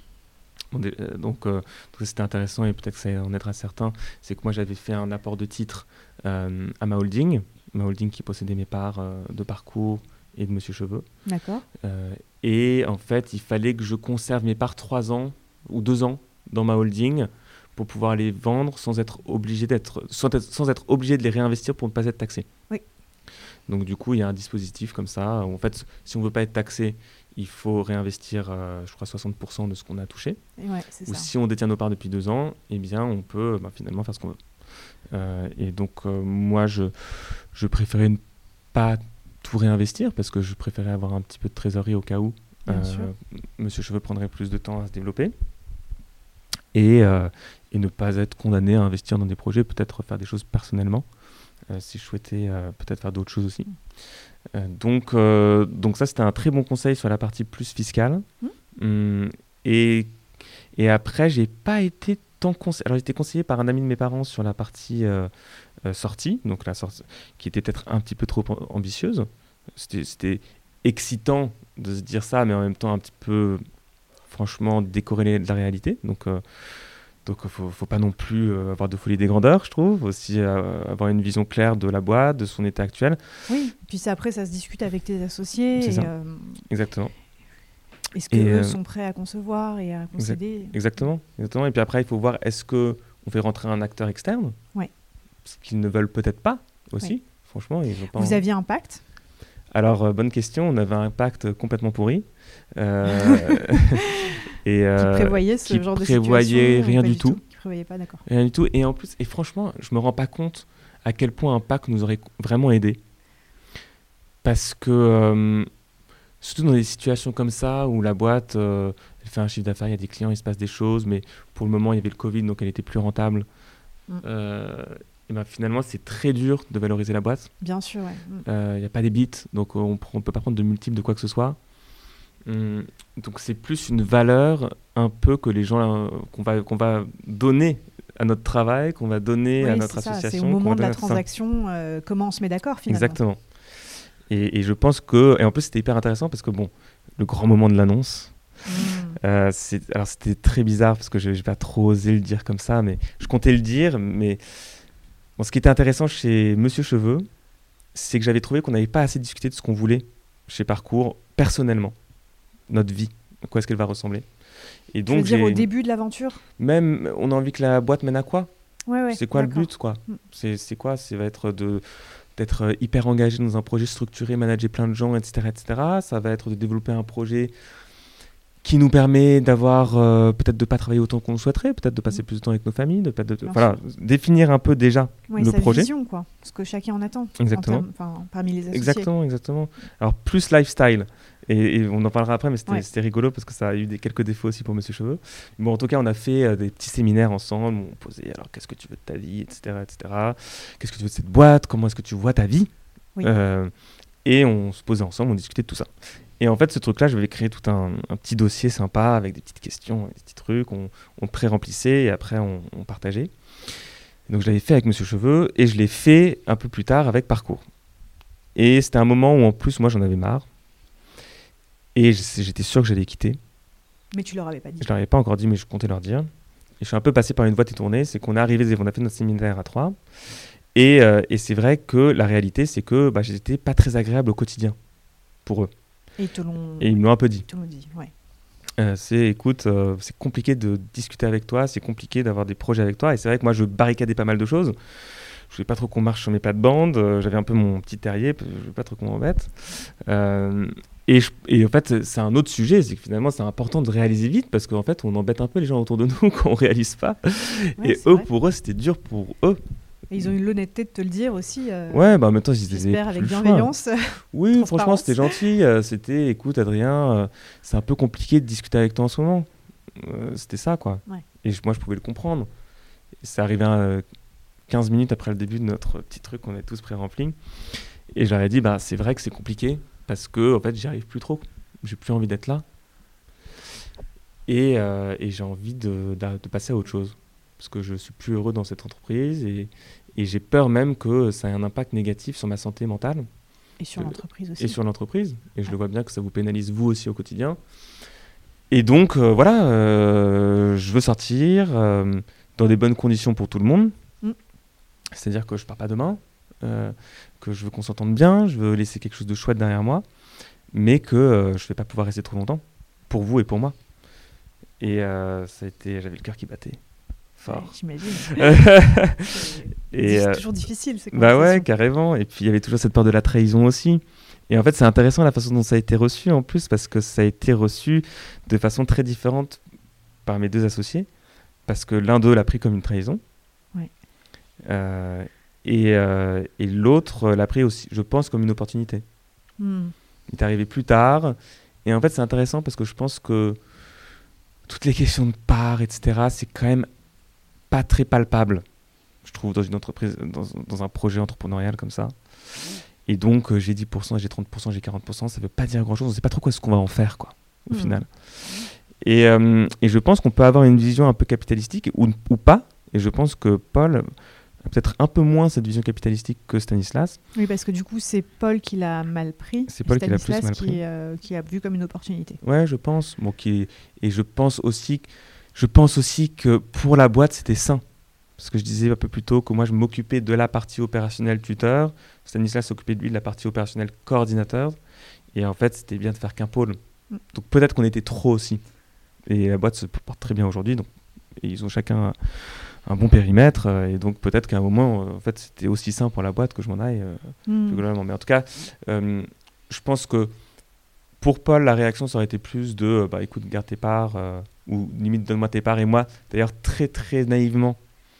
Donc c'était intéressant et peut-être que ça en aidera certains. C'est que moi j'avais fait un apport de titres à ma holding qui possédait mes parts de Parcours et de Monsieur Cheveux. D'accord. Et en fait il fallait que je conserve mes parts 3 ans ou 2 ans dans ma holding pour pouvoir les vendre sans être obligé de les réinvestir pour ne pas être taxé. Oui. Donc du coup, il y a un dispositif comme ça. Où, en fait, si on ne veut pas être taxé, il faut réinvestir, je crois, 60% de ce qu'on a touché. Ouais, c'est Ou ça. si on détient nos parts depuis 2 ans, eh bien, on peut finalement faire ce qu'on veut. Et donc, moi, je préférais ne pas tout réinvestir parce que je préférais avoir un petit peu de trésorerie au cas où Bien sûr. Monsieur Cheveux prendrait plus de temps à se développer. Et ne pas être condamné à investir dans des projets, peut-être faire des choses personnellement, si je souhaitais peut-être faire d'autres choses aussi. Donc ça, c'était un très bon conseil sur la partie plus fiscale. Et après, j'ai pas été tant conseillé. Alors, j'ai été conseillé par un ami de mes parents sur la partie sortie, donc la sortie qui était peut-être un petit peu trop ambitieuse. C'était excitant de se dire ça, mais en même temps un petit peu, franchement, décorrélé de la réalité. Donc faut pas non plus avoir de folie des grandeurs, je trouve. Aussi avoir une vision claire de la boîte, de son état actuel. Oui, puis après, ça se discute avec tes associés. C'est ça. Exactement. Est-ce qu'eux sont prêts à concevoir et à concéder Exactement. Et puis après, il faut voir, est-ce qu'on fait rentrer un acteur externe ? Ouais. Ce qu'ils ne veulent peut-être pas aussi. Ouais. Franchement, ils ont pas... Vous aviez un pacte ? Alors, bonne question. On avait un pacte complètement pourri. Qui prévoyait ce genre de situation ? Qui prévoyait rien du tout. Qui prévoyait pas, d'accord. Rien du tout. Et en plus, franchement, je me rends pas compte à quel point un pacte nous aurait vraiment aidé. Parce que, surtout dans des situations comme ça, où la boîte, elle fait un chiffre d'affaires, il y a des clients, il se passe des choses, mais pour le moment, il y avait le Covid, donc elle était plus rentable. Et finalement, c'est très dur de valoriser la boîte. Bien sûr, ouais. Il n'y a pas d'EBIT, donc on ne peut pas prendre de multiples de quoi que ce soit. Donc c'est plus une valeur un peu que les gens qu'on va donner à notre travail, qu'on va donner à notre association. C'est au moment de la transaction, comment on se met d'accord finalement. Exactement. Et je pense que... Et en plus, c'était hyper intéressant parce que, bon, le grand moment de l'annonce, c'était très bizarre parce que je n'ai pas trop osé le dire comme ça, mais je comptais le dire. Mais bon, ce qui était intéressant chez Monsieur Cheveux, c'est que j'avais trouvé qu'on n'avait pas assez discuté de ce qu'on voulait chez Parcours, personnellement. Notre vie, à quoi est-ce qu'elle va ressembler. Et donc, tu veux dire au début de l'aventure ? Même, on a envie que la boîte mène à quoi ? Ouais, c'est quoi le but, quoi ? C'est quoi ? Ça va être d'être hyper engagé dans un projet structuré, manager plein de gens, etc., etc. Ça va être de développer un projet qui nous permet d'avoir, peut-être de ne pas travailler autant qu'on le souhaiterait, peut-être de passer plus de temps avec nos familles, définir un peu déjà le projet. Vision, quoi, ce que chacun en attend. Exactement. Parmi les associés. Exactement. Alors, plus lifestyle. Et on en parlera après, mais c'était rigolo parce que ça a eu quelques défauts aussi pour Monsieur Cheveux. Bon, en tout cas, on a fait des petits séminaires ensemble. On posait, alors, qu'est-ce que tu veux de ta vie, etc., etc. Qu'est-ce que tu veux de cette boîte ? Comment est-ce que tu vois ta vie ? Et on se posait ensemble, on discutait de tout ça. Et en fait, ce truc-là, je vais créer tout un petit dossier sympa avec des petites questions, des petits trucs. On pré-remplissait et après, on partageait. Et donc, je l'avais fait avec Monsieur Cheveux et je l'ai fait un peu plus tard avec Parcours. Et c'était un moment où, en plus, moi, j'en avais marre. Et j'étais sûr que j'allais quitter. Mais tu leur avais pas dit. Je leur avais pas encore dit, mais je comptais leur dire. Et je suis un peu passé par une voie détournée. C'est qu'on est arrivé, on a fait notre séminaire à 3. Et c'est vrai que la réalité, c'est que j'étais pas très agréable au quotidien pour eux. Et ils me l'ont un peu dit. Ils te l'ont dit, ouais. Écoute, c'est compliqué de discuter avec toi, c'est compliqué d'avoir des projets avec toi. Et c'est vrai que moi, je barricadais pas mal de choses. Je voulais pas trop qu'on marche sur mes plates-bandes. J'avais un peu mon petit terrier, je voulais pas trop qu'on m'embête. Et en fait, c'est un autre sujet, c'est que finalement, c'est important de réaliser vite parce qu'en fait, on embête un peu les gens autour de nous quand on réalise pas. Ouais, et eux, vrai. Pour eux, c'était dur pour eux. Et ils ont eu l'honnêteté de te le dire aussi. Ouais, en même temps, ils étaient avec bienveillance. Oui, franchement, c'était gentil. C'était, écoute, Adrien, c'est un peu compliqué de discuter avec toi en ce moment. C'était ça, quoi. Ouais. Et moi, je pouvais le comprendre. C'est arrivé 15 minutes après le début de notre petit truc qu'on avait tous pré-rempli. Et je leur ai dit, c'est vrai que c'est compliqué parce que, en fait, j'y arrive plus trop. J'ai plus envie d'être là. Et j'ai envie de passer à autre chose. Parce que je suis plus heureux dans cette entreprise et j'ai peur même que ça ait un impact négatif sur ma santé mentale. Et sur l'entreprise aussi. Et sur l'entreprise. Et je le vois bien que ça vous pénalise vous aussi au quotidien. Et donc, je veux sortir dans des bonnes conditions pour tout le monde. C'est-à-dire que je pars pas demain, que je veux qu'on s'entende bien, je veux laisser quelque chose de chouette derrière moi, mais que je vais pas pouvoir rester trop longtemps, pour vous et pour moi. Et j'avais le cœur qui battait fort. Ouais, j'imagine. Et c'est toujours difficile, ces bah conversations. ouais, carrément. Et puis il y avait toujours cette peur de la trahison aussi. Et en fait, c'est intéressant la façon dont ça a été reçu en plus, parce que ça a été reçu de façon très différente par mes deux associés, parce que l'un d'eux l'a pris comme une trahison. Ouais. Et l'autre l'a pris aussi, je pense, comme une opportunité. Il est arrivé plus tard. Et en fait, c'est intéressant parce que je pense que toutes les questions de part, etc., c'est quand même pas très palpable, je trouve, dans une entreprise, dans un projet entrepreneurial comme ça. Et donc, j'ai 10%, j'ai 30%, j'ai 40%, ça veut pas dire grand-chose. On sait pas trop ce qu'on va en faire, quoi, au final. Et je pense qu'on peut avoir une vision un peu capitalistique ou pas. Et je pense que Paul a peut-être un peu moins cette vision capitalistique que Stanislas. Oui, parce que du coup, c'est Paul qui l'a mal pris. C'est Paul qui l'a plus mal pris. Qui a vu comme une opportunité. Ouais, je pense. Et je pense aussi que pour la boîte, c'était sain. Parce que je disais un peu plus tôt que moi, je m'occupais de la partie opérationnelle tuteur. Stanislas s'occupait de lui de la partie opérationnelle coordinateur. Et en fait, c'était bien de faire qu'un pôle. Donc peut-être qu'on était trop aussi. Et la boîte se porte très bien aujourd'hui. Et ils ont chacun un bon périmètre. Et donc peut-être qu'à un moment, en fait, c'était aussi sain pour la boîte que je m'en aille plus globalement. Mais en tout cas, je pense que pour Paul, la réaction, ça aurait été plus de écoute, garde tes parts, ou limite donne-moi tes parts. Et moi, d'ailleurs, très très naïvement,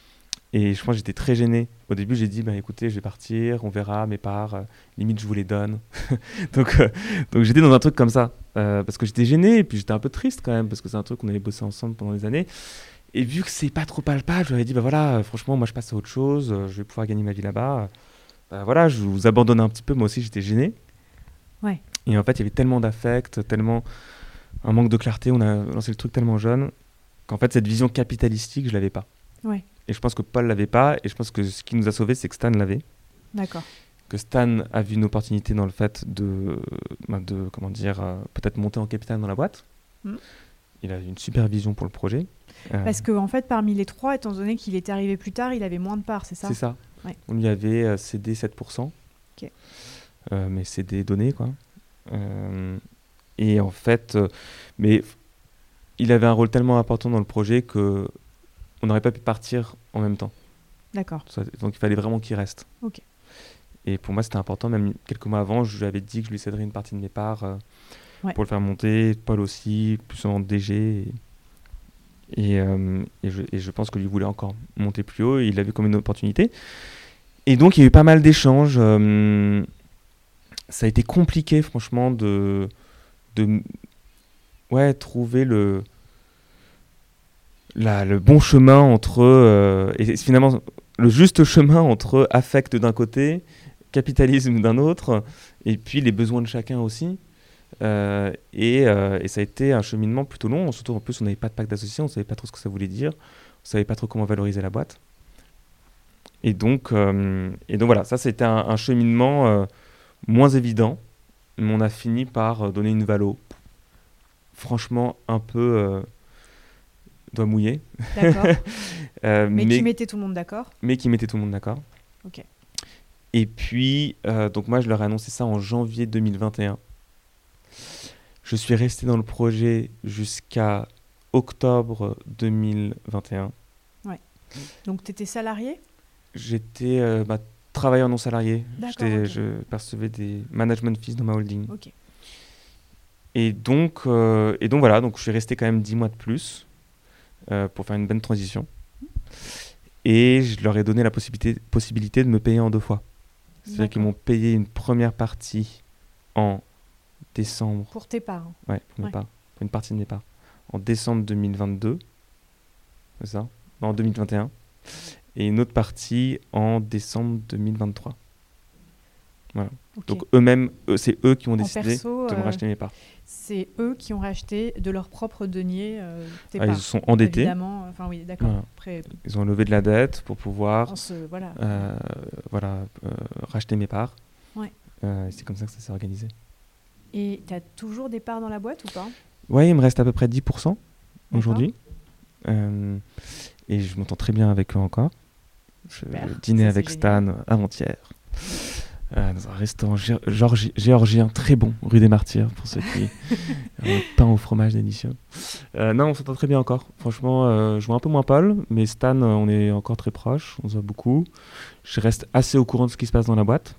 et je pense que j'étais très gêné. Au début, j'ai dit écoutez, je vais partir, on verra mes parts, limite je vous les donne. donc j'étais dans un truc comme ça, parce que j'étais gêné, et puis j'étais un peu triste quand même, parce que c'est un truc qu'on avait bossé ensemble pendant des années. Et vu que c'est pas trop palpable, je leur ai dit voilà, franchement, moi je passe à autre chose, je vais pouvoir gagner ma vie là-bas. Voilà, je vous abandonne un petit peu, moi aussi j'étais gêné. Ouais. Et en fait, il y avait tellement d'affect, tellement un manque de clarté, on a lancé le truc tellement jeune, qu'en fait, cette vision capitalistique, je l'avais pas. Ouais. Et je pense que Paul l'avait pas, et je pense que ce qui nous a sauvés, c'est que Stan l'avait. D'accord. Que Stan a vu une opportunité dans le fait de comment dire, peut-être monter en capital dans la boîte. Il a une super vision pour le projet. Parce qu'en fait, parmi les trois, étant donné qu'il était arrivé plus tard, il avait moins de parts, c'est ça ? C'est ça. Ouais. On lui avait cédé 7%. Ok. Mais c'est des données, quoi. Et en fait, mais il avait un rôle tellement important dans le projet que on n'aurait pas pu partir en même temps. D'accord. Donc il fallait vraiment qu'il reste. Ok. Et pour moi, c'était important. Même quelques mois avant, je lui avais dit que je lui céderais une partie de mes parts pour le faire monter. Paul aussi, plus en DG. Et je pense que lui voulait encore monter plus haut. Et il l'a vu comme une opportunité. Et donc, il y a eu pas mal d'échanges. Ça a été compliqué, franchement, de trouver le bon chemin entre... et finalement, le juste chemin entre affect d'un côté, capitalisme d'un autre, et puis les besoins de chacun aussi. Et ça a été un cheminement plutôt long. Surtout, en plus, on n'avait pas de pacte d'associés, on ne savait pas trop ce que ça voulait dire. On ne savait pas trop comment valoriser la boîte. Et donc voilà, ça c'était un cheminement moins évident, mais on a fini par donner une valo. Franchement, un peu doigt mouillé. D'accord. Mais qui mettait tout le monde d'accord. Mais qui mettait tout le monde d'accord. Ok. Et puis, donc moi, je leur ai annoncé ça en janvier 2021. Je suis resté dans le projet jusqu'à octobre 2021. Ouais. Donc, tu étais salarié ? J'étais travailleur non salarié. D'accord, Je percevais des management fees dans ma holding. Ok. Et donc voilà, donc je suis resté quand même 10 mois de plus pour faire une bonne transition. Et je leur ai donné la possibilité de me payer en 2 fois. C'est-à-dire qu'ils m'ont payé une première partie en décembre. Pour tes parts. Ouais, pour mes parts. Pour une partie de mes parts. En décembre 2022. C'est ça ? Non, en 2021. Et une autre partie en décembre 2023. Voilà. Okay. Donc eux-mêmes, c'est eux qui ont décidé de me racheter mes parts. C'est eux qui ont racheté de leurs propres deniers tes parts. Ils se sont endettés. Évidemment, enfin oui, d'accord. Voilà. Après, ils ont levé de la dette pour pouvoir racheter mes parts. Ouais. C'est comme ça que ça s'est organisé. Et tu as toujours des parts dans la boîte ou pas ? Oui, il me reste à peu près 10% aujourd'hui. Et je m'entends très bien avec eux encore. Je dînais avec Stan avant-hier. dans un restaurant géorgien très bon, rue des Martyrs, pour ceux qui pain au fromage délicieux. Non, on s'entend très bien encore. Franchement, je vois un peu moins Paul, mais Stan, on est encore très proches, on se voit beaucoup. Je reste assez au courant de ce qui se passe dans la boîte.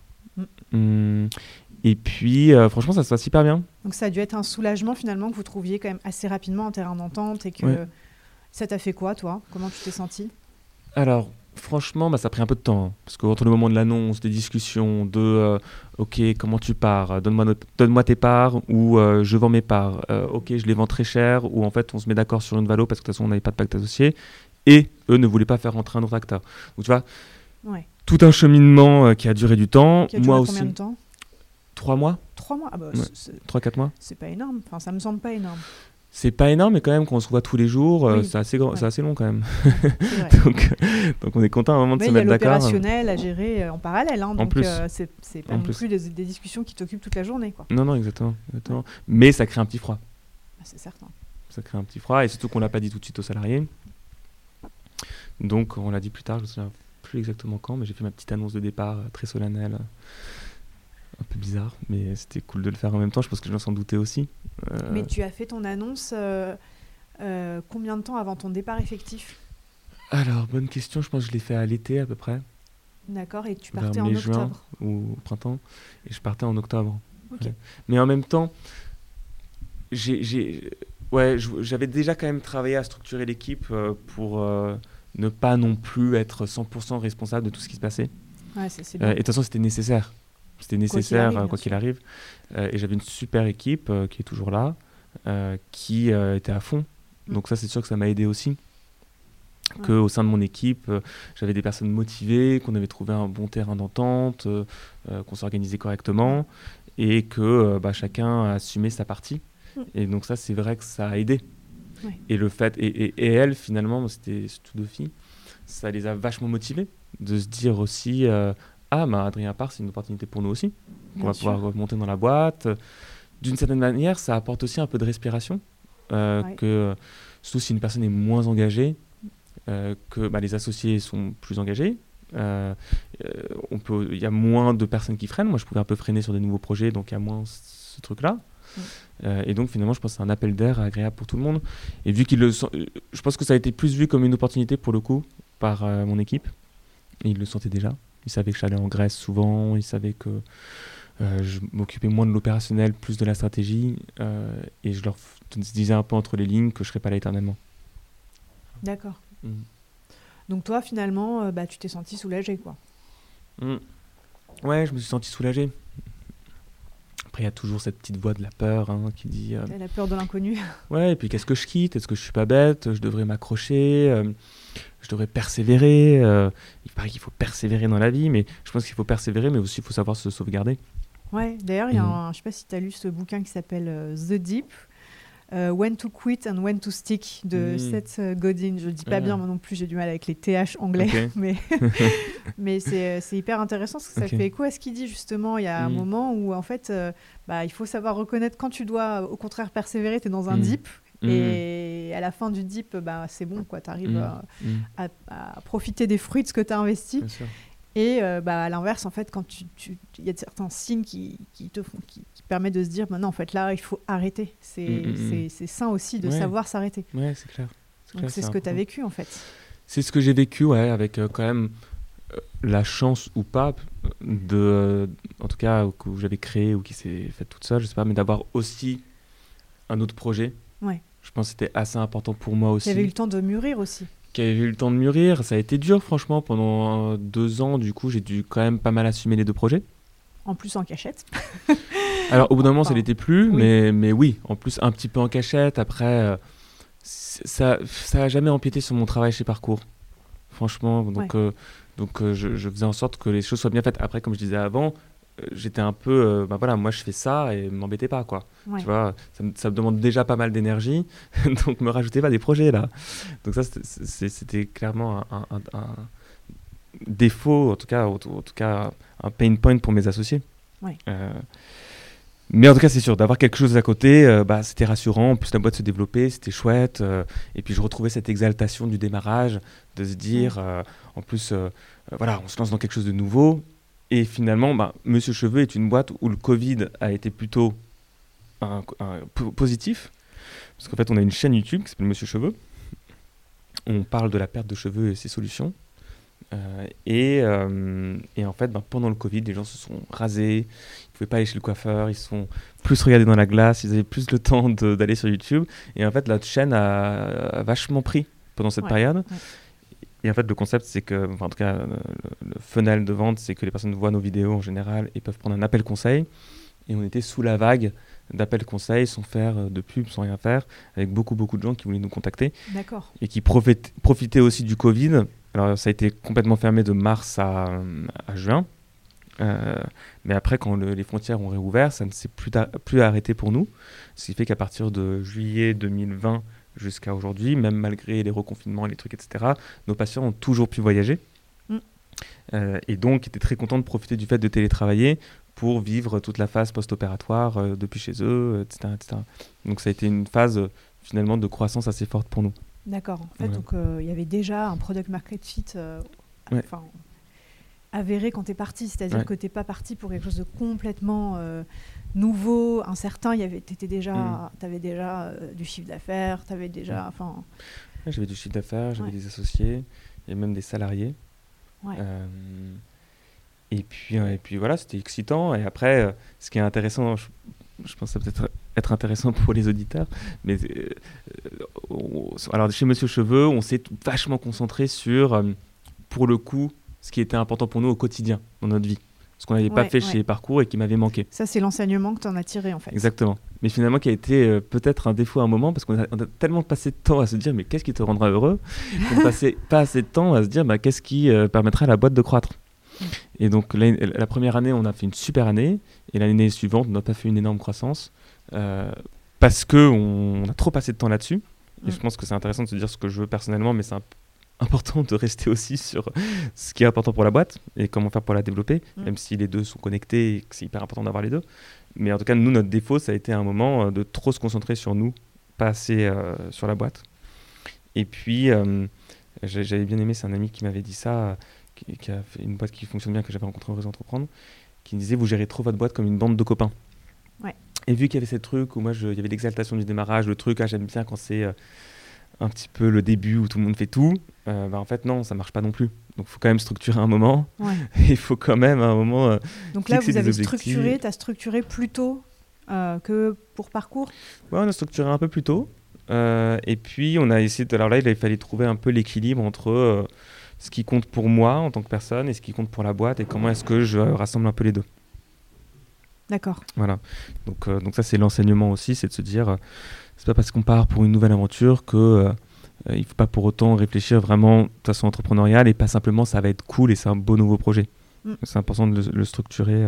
Et puis, franchement, ça se passe super bien. Donc ça a dû être un soulagement finalement que vous trouviez quand même assez rapidement en terrain d'entente et que ça t'a fait quoi, toi ? Comment tu t'es senti ? Alors, franchement, ça a pris un peu de temps. Parce qu'entre le moment de l'annonce, des discussions, de OK, comment tu pars ? Donne-moi tes parts, ou je vends mes parts. OK, je les vends très cher, ou en fait, on se met d'accord sur une valo parce que de toute façon, on n'avait pas de pacte associé. Et eux ne voulaient pas faire rentrer un autre acteur. Donc, tu vois, tout un cheminement qui a duré du temps. Qui a duré combien de temps ? 3 mois. 3 mois ? 3-4 mois. C'est pas énorme. Enfin, ça me semble pas énorme. C'est pas énorme, mais quand même, quand on se voit tous les jours, c'est assez long quand même. donc on est content à un moment de se mettre d'accord. Mais il y a l'opérationnel à gérer en parallèle. Hein, donc c'est pas non plus des discussions qui t'occupent toute la journée. Quoi. Non, exactement. Mais ça crée un petit froid. C'est certain. Ça crée un petit froid, et surtout qu'on l'a pas dit tout de suite aux salariés. Donc on l'a dit plus tard, je ne me souviens plus exactement quand, mais j'ai fait ma petite annonce de départ très solennelle. Un peu bizarre, mais c'était cool de le faire en même temps. Je pense que les gens s'en doutaient aussi. Mais tu as fait ton annonce combien de temps avant ton départ effectif ? Alors, bonne question. Je pense que je l'ai fait à l'été à peu près. D'accord, et tu partais en octobre ou au printemps, et je partais en octobre. Okay. Ouais. Mais en même temps, j'avais déjà quand même travaillé à structurer l'équipe pour ne pas non plus être 100% responsable de tout ce qui se passait. Ouais, c'est et de toute façon, c'était nécessaire. C'était nécessaire quoi qu'il arrive. Et j'avais une super équipe qui est toujours là, qui était à fond. Donc ça, c'est sûr que ça m'a aidé aussi. Qu'au sein de mon équipe, j'avais des personnes motivées, qu'on avait trouvé un bon terrain d'entente, qu'on s'organisait correctement, et que chacun a assumé sa partie. Et donc ça, c'est vrai que ça a aidé. Et le fait, et elles, finalement, c'était toutes 2 filles, ça les a vachement motivées de se dire aussi... Adrien part, c'est une opportunité pour nous aussi. On va pouvoir remonter dans la boîte. D'une certaine manière, ça apporte aussi un peu de respiration. Que, surtout si une personne est moins engagée, que les associés sont plus engagés. Il y a moins de personnes qui freinent. Moi, je pouvais un peu freiner sur des nouveaux projets, donc il y a moins ce truc-là. Et donc, finalement, je pense que c'est un appel d'air agréable pour tout le monde. Et vu je pense que ça a été plus vu comme une opportunité, pour le coup, par mon équipe. Et ils le sentaient déjà. Ils savaient que j'allais en Grèce souvent, ils savaient que je m'occupais moins de l'opérationnel, plus de la stratégie, et je leur disais un peu entre les lignes que je ne serais pas là éternellement. D'accord. Donc toi, finalement, tu t'es senti soulagé, quoi. Ouais, je me suis senti soulagé. Après, il y a toujours cette petite voix de la peur qui dit... La peur de l'inconnu. Ouais, et puis qu'est-ce que je quitte ? Est-ce que je suis pas bête ? Je devrais m'accrocher, je devrais persévérer. Il paraît qu'il faut persévérer dans la vie, mais je pense qu'il faut persévérer, mais aussi il faut savoir se sauvegarder. Ouais, d'ailleurs, il y a je sais pas si tu as lu ce bouquin qui s'appelle The Deep, When to Quit and When to Stick, de Seth Godin. Je le dis pas bien, moi non plus, j'ai du mal avec les TH anglais, mais c'est hyper intéressant parce que ça fait écho à ce qu'il dit justement. Il y a un moment où en fait, il faut savoir reconnaître quand tu dois au contraire persévérer, tu es dans un deep. Et à la fin du deep, c'est bon, tu arrives à profiter des fruits de ce que tu as investi. Et à l'inverse, en fait, quand il y a certains signes qui permettent de se dire, non, en fait, là, il faut arrêter. C'est sain aussi de savoir s'arrêter. Ouais, c'est clair. Donc, c'est ce que tu as vécu, en fait. C'est ce que j'ai vécu, avec quand même la chance ou pas, en tout cas, que j'avais créé ou qui s'est faite toute seule, je sais pas, mais d'avoir aussi un autre projet. Ouais. Je pense que c'était assez important pour moi aussi. Tu avais eu le temps de mûrir aussi. Qui avait eu le temps de mûrir. Ça a été dur, franchement. Pendant 2 ans, du coup, j'ai dû quand même pas mal assumer les 2 projets. En plus en cachette. Alors, au bout d'un moment, ça l'était plus. Mais oui, en plus, un petit peu en cachette. Après, ça n'a jamais empiété sur mon travail chez Parcours. Franchement. Donc, je faisais en sorte que les choses soient bien faites. Après, comme je disais avant, j'étais un peu... moi, je fais ça et ne m'embêtez pas, quoi. Tu vois, ça me demande déjà pas mal d'énergie. Donc, me rajoutez pas des projets, là. Donc ça, c'était clairement un défaut, en tout cas, un pain point pour mes associés. Mais en tout cas, c'est sûr, d'avoir quelque chose à côté, c'était rassurant. En plus, la boîte se développait, c'était chouette. Et puis, je retrouvais cette exaltation du démarrage, de se dire, en plus, on se lance dans quelque chose de nouveau. Et finalement, Monsieur Cheveux est une boîte où le Covid a été plutôt positif. Parce qu'en fait, on a une chaîne YouTube qui s'appelle Monsieur Cheveux. On parle de la perte de cheveux et ses solutions. Et en fait, pendant le Covid, les gens se sont rasés. Ils ne pouvaient pas aller chez le coiffeur. Ils se sont plus regardés dans la glace. Ils avaient plus le temps d'aller sur YouTube. Et en fait, la chaîne a vachement pris pendant cette période. Ouais. Et en fait, le concept, c'est que, en tout cas, le funnel de vente, c'est que les personnes voient nos vidéos en général et peuvent prendre un appel conseil. Et on était sous la vague d'appels conseils sans faire de pub, sans rien faire, avec beaucoup de gens qui voulaient nous contacter. D'accord. Et qui profitaient aussi du Covid. Alors, ça a été complètement fermé de mars à juin. Mais après, quand les frontières ont réouvert, ça ne s'est plus arrêté pour nous. Ce qui fait qu'à partir de juillet 2020 jusqu'à aujourd'hui, même malgré les reconfinements et les trucs, etc., nos patients ont toujours pu voyager. Et donc, étaient très contents de profiter du fait de télétravailler pour vivre toute la phase post-opératoire depuis chez eux, etc., etc. Donc, ça a été une phase, finalement, de croissance assez forte pour nous. D'accord. En fait, donc, il y avait déjà un product market fit avéré quand tu es parti. C'est-à-dire que tu n'es pas parti pour quelque chose de complètement nouveau, incertain. Tu avais déjà du chiffre d'affaires, tu avais déjà... J'avais du chiffre d'affaires, j'avais des associés, et même des salariés. Ouais. Et puis voilà, c'était excitant. Et après, ce qui est intéressant, je pense que ça peut être intéressant pour les auditeurs, mais alors chez Monsieur Cheveux, on s'est vachement concentré sur, pour le coup, ce qui était important pour nous au quotidien dans notre vie. Ce qu'on n'avait pas fait chez Parcours et qui m'avait manqué. Ça, c'est l'enseignement que tu en as tiré, en fait. Exactement. Mais finalement, qui a été peut-être un défaut à un moment, parce qu'on a tellement passé de temps à se dire, mais qu'est-ce qui te rendra heureux, qu'on ne passait pas assez de temps à se dire, qu'est-ce qui permettra à la boîte de croître. Et donc, la première année, on a fait une super année, et l'année suivante, on n'a pas fait une énorme croissance, parce qu'on a trop passé de temps là-dessus. Et je pense que c'est intéressant de se dire ce que je veux personnellement, mais c'est important de rester aussi sur ce qui est important pour la boîte et comment faire pour la développer, même si les deux sont connectés et que c'est hyper important d'avoir les deux. Mais en tout cas, nous, notre défaut, ça a été à un moment de trop se concentrer sur nous, pas assez sur la boîte. Et puis, j'avais bien aimé, c'est un ami qui m'avait dit ça, qui a fait une boîte qui fonctionne bien, que j'avais rencontré au Réseau Entreprendre, qui me disait, vous gérez trop votre boîte comme une bande de copains. Ouais. Et vu qu'il y avait ce truc où il y avait l'exaltation du démarrage, le truc, j'aime bien quand c'est un petit peu le début où tout le monde fait tout, en fait non, ça marche pas non plus. Donc il faut quand même structurer un moment. Ouais. Il faut quand même à un moment donc là, vous avez structuré, tu as structuré plus tôt que pour Parcours. Ouais, on a structuré un peu plus tôt. Et puis on a essayé, alors là, il fallait trouver un peu l'équilibre entre ce qui compte pour moi en tant que personne et ce qui compte pour la boîte et comment est-ce que je rassemble un peu les deux. D'accord. Voilà. Donc ça, c'est l'enseignement aussi, c'est de se dire, c'est pas parce qu'on part pour une nouvelle aventure que il faut pas pour autant réfléchir vraiment de façon entrepreneuriale et pas simplement ça va être cool et c'est un beau nouveau projet. C'est important de le structurer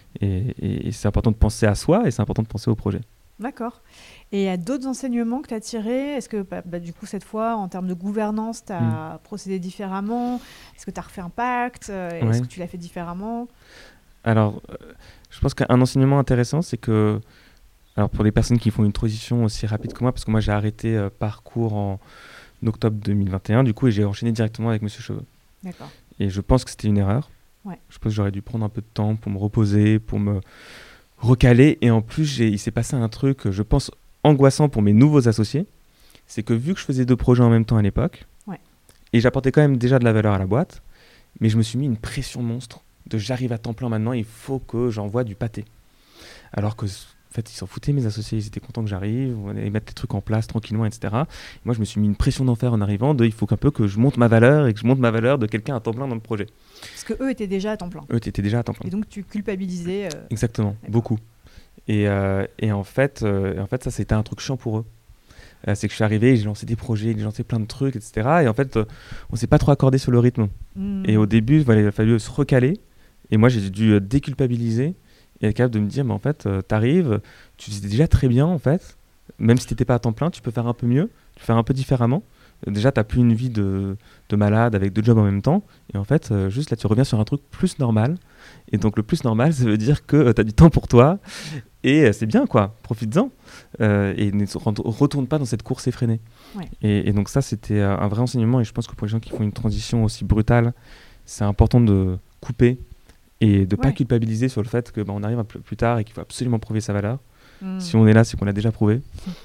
et c'est important de penser à soi et c'est important de penser au projet. D'accord. Et il y a d'autres enseignements que tu as tirés ? Est-ce que du coup, cette fois, en termes de gouvernance, tu as procédé différemment ? Est-ce que tu as refait un pacte ? Est-ce que tu l'as fait différemment ? Alors, je pense qu'un enseignement intéressant, c'est que, alors pour les personnes qui font une transition aussi rapide que moi, parce que moi j'ai arrêté Parcours en octobre 2021, du coup, et j'ai enchaîné directement avec Monsieur Cheveux. D'accord. Et je pense que c'était une erreur. Ouais. Je pense que j'aurais dû prendre un peu de temps pour me reposer, pour me recaler. Et en plus, il s'est passé un truc, je pense, angoissant pour mes nouveaux associés. C'est que vu que je faisais 2 projets en même temps à l'époque, et j'apportais quand même déjà de la valeur à la boîte, mais je me suis mis une pression monstre de j'arrive à temps plein maintenant, il faut que j'envoie du pâté. Alors que, en fait, ils s'en foutaient, mes associés, ils étaient contents que j'arrive, on allait mettre les trucs en place tranquillement, etc. Et moi, je me suis mis une pression d'enfer en arrivant il faut qu'un peu que je monte ma valeur et que je monte ma valeur de quelqu'un à temps plein dans le projet. Parce qu'eux étaient déjà à temps plein. Eux étaient déjà à temps plein. Et donc, tu culpabilisais. Exactement, beaucoup. Et en fait, ça, c'était un truc chiant pour eux. C'est que je suis arrivé, j'ai lancé des projets, j'ai lancé plein de trucs, etc. Et en fait, on s'est pas trop accordé sur le rythme. Et au début, il a fallu se recaler. Et moi, j'ai dû déculpabiliser et être capable de me dire, mais en fait, t'arrives, tu faisais déjà très bien, en fait. Même si t'étais pas à temps plein, tu peux faire un peu mieux, tu peux faire un peu différemment. Déjà, t'as plus une vie de malade avec 2 jobs en même temps. Et en fait, juste là, tu reviens sur un truc plus normal. Et donc, le plus normal, ça veut dire que t'as du temps pour toi. Et c'est bien, quoi. Profites-en. Et ne retourne pas dans cette course effrénée. Ouais. Et donc ça, c'était un vrai enseignement. Et je pense que pour les gens qui font une transition aussi brutale, c'est important de couper et de ne pas culpabiliser sur le fait que on arrive un peu plus tard et qu'il faut absolument prouver sa valeur. Mm. Si on est là, c'est qu'on l'a déjà prouvé.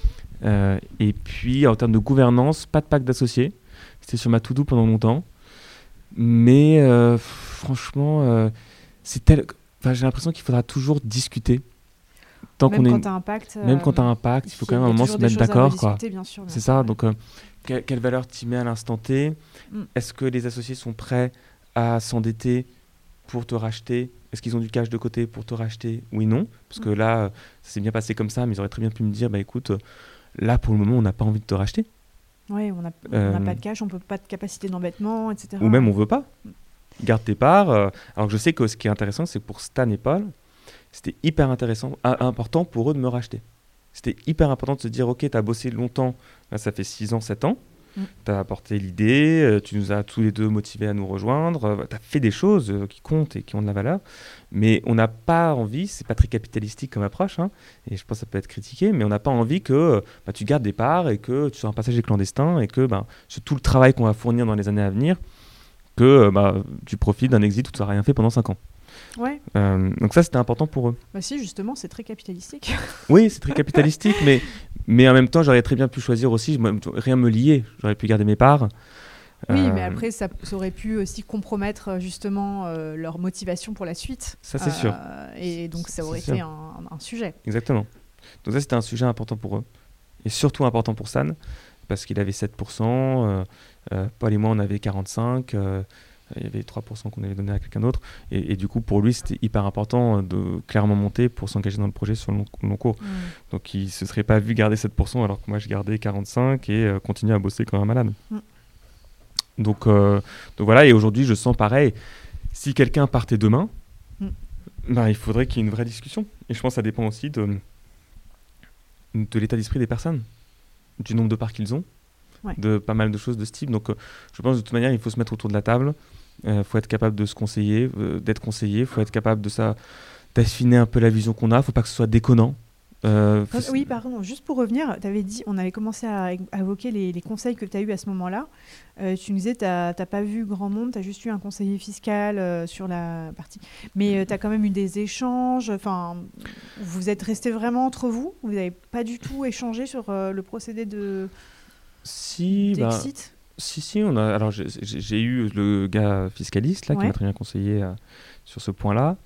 Et puis, en termes de gouvernance, pas de pacte d'associés. C'était sur ma to-do pendant longtemps. Mais franchement, j'ai l'impression qu'il faudra toujours discuter. Même quand tu as un pacte. Même quand tu as un pacte, il faut quand même un moment se mettre d'accord. Bien sûr, c'est ça. Donc, quelle valeur tu mets à l'instant T? Est-ce que les associés sont prêts à s'endetter pour te racheter? Est-ce qu'ils ont du cash de côté pour te racheter? Oui, non. Parce que là, ça s'est bien passé comme ça, mais ils auraient très bien pu me dire, écoute, là, pour le moment, on n'a pas envie de te racheter. Oui, on n'a pas de cash, on peut pas de capacité d'embêtement, etc. Ou même, on veut pas. Garde tes parts. Alors que je sais que ce qui est intéressant, c'est que pour Stan et Paul, c'était hyper important pour eux de me racheter. C'était hyper important de se dire, ok, tu as bossé longtemps, là, ça fait 6 ans, 7 ans, tu as apporté l'idée, tu nous as tous les deux motivés à nous rejoindre, tu as fait des choses qui comptent et qui ont de la valeur, mais on n'a pas envie, c'est pas très capitalistique comme approche, et je pense que ça peut être critiqué, mais on n'a pas envie que tu gardes des parts et que tu sois un passager clandestin et que sur tout le travail qu'on va fournir dans les années à venir, que tu profites d'un exit où tu n'as rien fait pendant 5 ans. Ouais. Donc ça, c'était important pour eux. Si, justement, c'est très capitalistique. Oui, c'est très capitalistique, mais en même temps, j'aurais très bien pu choisir aussi, rien me lier, j'aurais pu garder mes parts. Oui, mais après, ça aurait pu aussi compromettre justement leur motivation pour la suite. Ça, c'est sûr. Et donc, ça aurait été un sujet. Exactement. Donc ça, c'était un sujet important pour eux. Et surtout important pour San, parce qu'il avait 7%, Paul et moi, on avait 45%, il y avait 3% qu'on avait donné à quelqu'un d'autre. Et du coup, pour lui, c'était hyper important de clairement monter pour s'engager dans le projet sur le long cours. Donc, il ne se serait pas vu garder 7% alors que moi, je gardais 45% et continuais à bosser comme un malade. Donc voilà, et aujourd'hui, je sens pareil. Si quelqu'un partait demain, il faudrait qu'il y ait une vraie discussion. Et je pense que ça dépend aussi de l'état d'esprit des personnes, du nombre de parts qu'ils ont. De pas mal de choses de ce type. Donc, je pense de toute manière, il faut se mettre autour de la table. Il faut être capable de se conseiller, d'être conseillé. Il faut être capable d'affiner un peu la vision qu'on a. Il ne faut pas que ce soit déconnant. Oui, pardon, juste pour revenir, tu avais dit, on avait commencé à évoquer les conseils que tu as eus à ce moment-là. Tu nous disais, tu n'as pas vu grand monde, tu as juste eu un conseiller fiscal sur la partie. Mais tu as quand même eu des échanges. Vous êtes restés vraiment entre vous? Vous n'avez pas du tout échangé sur le procédé de... Si, on a. Alors, j'ai eu le gars fiscaliste là, qui m'a très bien conseillé sur ce point-là.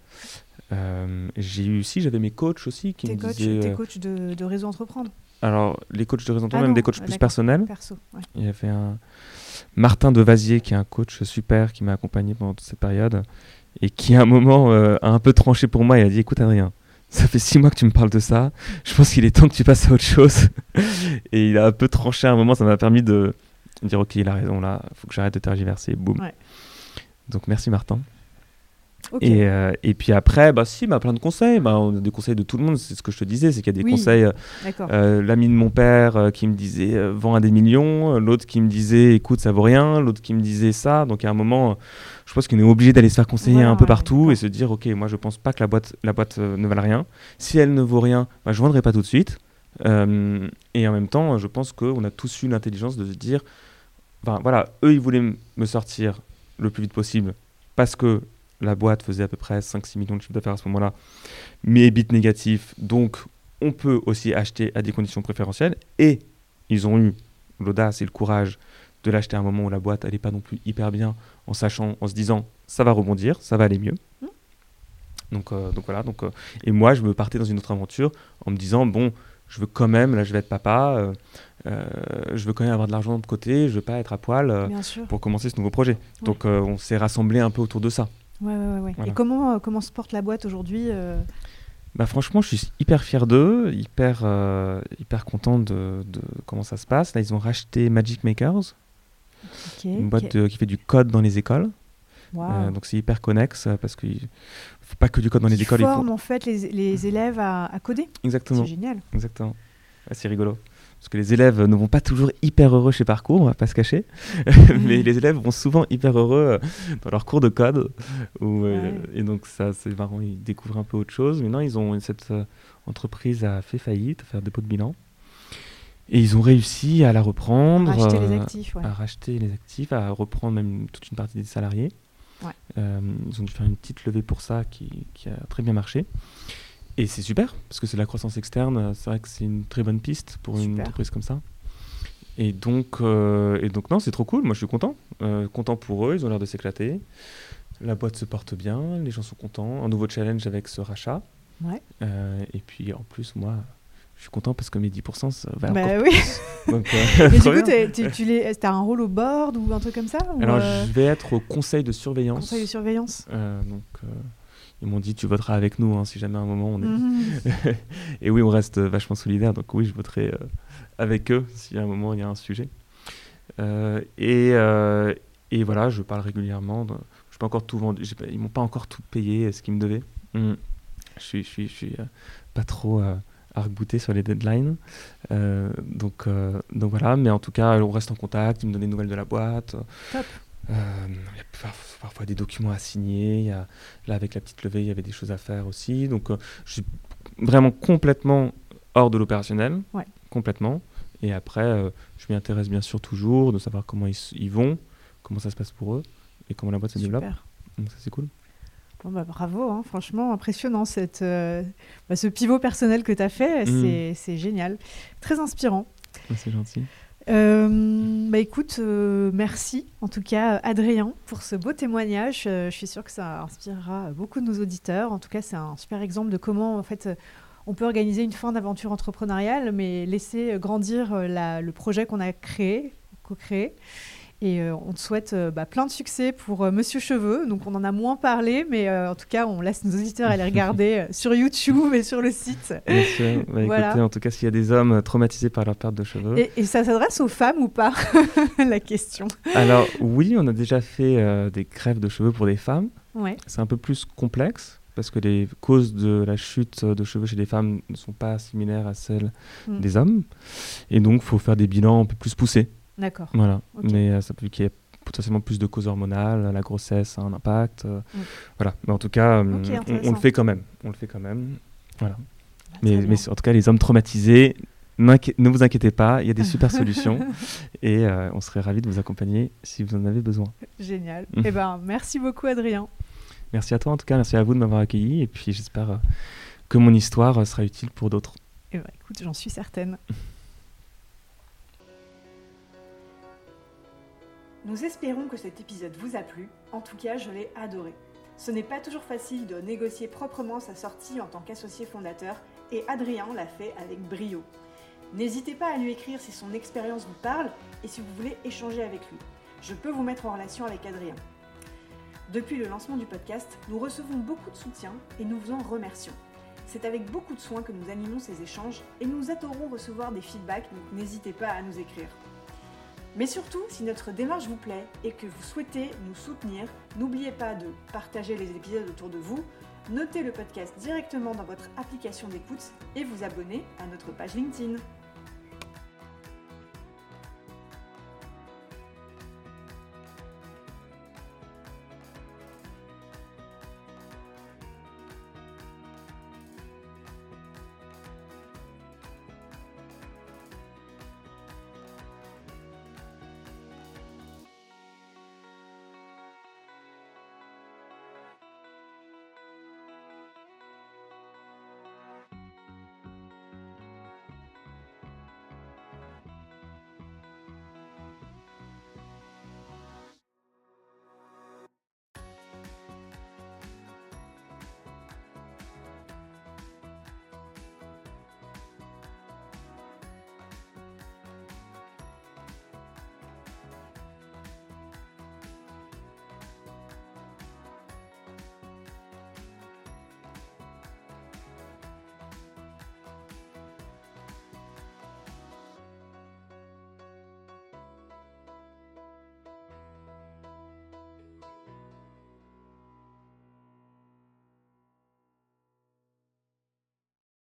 J'avais mes coachs aussi qui me disaient... Tes coachs de Réseau Entreprendre? Alors, les coachs de Réseau Entreprendre, même des coachs plus personnels. Perso, ouais. Il y avait un Martin Devazier qui est un coach super qui m'a accompagné pendant toute cette période et qui à un moment a un peu tranché pour moi et a dit, écoute Adrien, ça fait 6 mois que tu me parles de ça. Je pense qu'il est temps que tu passes à autre chose. Et il a un peu tranché à un moment. Ça m'a permis de dire, ok, il a raison là. Il faut que j'arrête de tergiverser. Boum. Ouais. Donc, merci Martin. Okay. Et puis après, plein de conseils. On a des conseils de tout le monde. C'est ce que je te disais. C'est qu'il y a des conseils. L'ami de mon père qui me disait, vends à des millions. L'autre qui me disait, écoute, ça vaut rien. L'autre qui me disait ça. Donc, à un moment... Je pense qu'on est obligé d'aller se faire conseiller un peu partout et se dire, ok, moi je pense pas que la boîte ne vale rien. Si elle ne vaut rien, je vendrai pas tout de suite. Et en même temps, je pense qu'on a tous eu l'intelligence de se dire, eux ils voulaient me sortir le plus vite possible parce que la boîte faisait à peu près 5-6 millions de chiffre d'affaires à ce moment-là, mais EBIT négatif, donc on peut aussi acheter à des conditions préférentielles. Et ils ont eu l'audace et le courage de l'acheter à un moment où la boîte n'allait pas non plus hyper bien, en se disant ça va rebondir, ça va aller mieux. Donc voilà. Et moi, je me partais dans une autre aventure en me disant bon, je veux quand même, là je vais être papa, je veux quand même avoir de l'argent de côté, je veux pas être à poil pour commencer ce nouveau projet. Ouais. Donc on s'est rassemblés un peu autour de ça. Ouais. Voilà. Et comment se porte la boîte aujourd'hui franchement, je suis hyper fier d'eux, hyper content de comment ça se passe. Là, ils ont racheté Magic Makers. Une boîte qui fait du code dans les écoles. Wow. Donc c'est hyper connexe parce qu'il ne faut pas que du code dans les écoles. Ils forment en fait les élèves à coder. Exactement. C'est génial. Exactement. C'est rigolo. Parce que les élèves ne vont pas toujours hyper heureux chez Parcours, on va pas se cacher. Mais les élèves vont souvent hyper heureux dans leur cours de code. Et donc ça, c'est marrant, ils découvrent un peu autre chose. Mais non, cette entreprise a fait faillite, à faire dépôt de bilan. Et ils ont réussi à la reprendre, à racheter les actifs, à reprendre même toute une partie des salariés. Ouais. Ils ont dû faire une petite levée pour ça qui a très bien marché. Et c'est super, parce que c'est de la croissance externe. C'est vrai que c'est une très bonne piste pour une entreprise comme ça. Et donc non, c'est trop cool. Moi, je suis content. Content pour eux, ils ont l'air de s'éclater. La boîte se porte bien, les gens sont contents. Un nouveau challenge avec ce rachat. Ouais. Et puis, en plus, moi, je suis content parce que mes 10%, ça va bah encore oui. plus. Donc, et du coup, t'as un rôle au board ou un truc comme ça ou Alors, je vais être au conseil de surveillance. Conseil de surveillance. Ils m'ont dit, tu voteras avec nous hein, si jamais à un moment on est... Et oui, on reste vachement solidaires, donc oui, je voterai avec eux si à un moment il y a un sujet. Et voilà, je parle régulièrement. Je n'ai pas encore tout vendu. Ils m'ont pas encore tout payé ce qu'ils me devaient. Je suis pas trop arc-bouté sur les deadlines. Donc voilà, mais en tout cas, on reste en contact. Ils me donnent des nouvelles de la boîte. Top. Il y a parfois des documents à signer. Là, avec la petite levée, il y avait des choses à faire aussi. Donc, je suis vraiment complètement hors de l'opérationnel. Ouais. Complètement. Et après, je m'y intéresse bien sûr toujours de savoir comment ils vont, comment ça se passe pour eux et comment la boîte se développe. Donc, ça, c'est cool. Bon, bravo, hein. Franchement impressionnant ce pivot personnel que tu as fait. C'est génial. Très inspirant. C'est gentil. Écoute, merci en tout cas Adrien pour ce beau témoignage. Je suis sûre que ça inspirera beaucoup de nos auditeurs. En tout cas, c'est un super exemple de comment en fait on peut organiser une fin d'aventure entrepreneuriale, mais laisser grandir le projet qu'on a co-créé. Et on te souhaite plein de succès pour Monsieur Cheveux. Donc on en a moins parlé, mais en tout cas on laisse nos auditeurs aller regarder sur YouTube et sur le site. Bien sûr. Voilà. Écoutez, en tout cas, s'il y a des hommes traumatisés par leur perte de cheveux. Et ça s'adresse aux femmes ou pas la question. Alors oui, on a déjà fait des greffes de cheveux pour des femmes. Ouais. C'est un peu plus complexe parce que les causes de la chute de cheveux chez les femmes ne sont pas similaires à celles des hommes. Et donc il faut faire des bilans un peu plus poussés. D'accord. Voilà, okay. Mais ça peut qu'il y ait potentiellement plus de causes hormonales, la grossesse a un impact. Voilà, mais en tout cas, on le fait quand même. Voilà. Mais en tout cas, les hommes traumatisés, ne vous inquiétez pas, il y a des super solutions et on serait ravis de vous accompagner si vous en avez besoin. Génial. Merci beaucoup, Adrien. Merci à toi en tout cas, merci à vous de m'avoir accueilli et puis j'espère que mon histoire sera utile pour d'autres. Écoute, j'en suis certaine. Nous espérons que cet épisode vous a plu, en tout cas je l'ai adoré. Ce n'est pas toujours facile de négocier proprement sa sortie en tant qu'associé fondateur et Adrien l'a fait avec brio. N'hésitez pas à lui écrire si son expérience vous parle et si vous voulez échanger avec lui. Je peux vous mettre en relation avec Adrien. Depuis le lancement du podcast, nous recevons beaucoup de soutien et nous vous en remercions. C'est avec beaucoup de soin que nous animons ces échanges et nous adorons recevoir des feedbacks, donc n'hésitez pas à nous écrire. Mais surtout, si notre démarche vous plaît et que vous souhaitez nous soutenir, n'oubliez pas de partager les épisodes autour de vous, noter le podcast directement dans votre application d'écoute et vous abonner à notre page LinkedIn.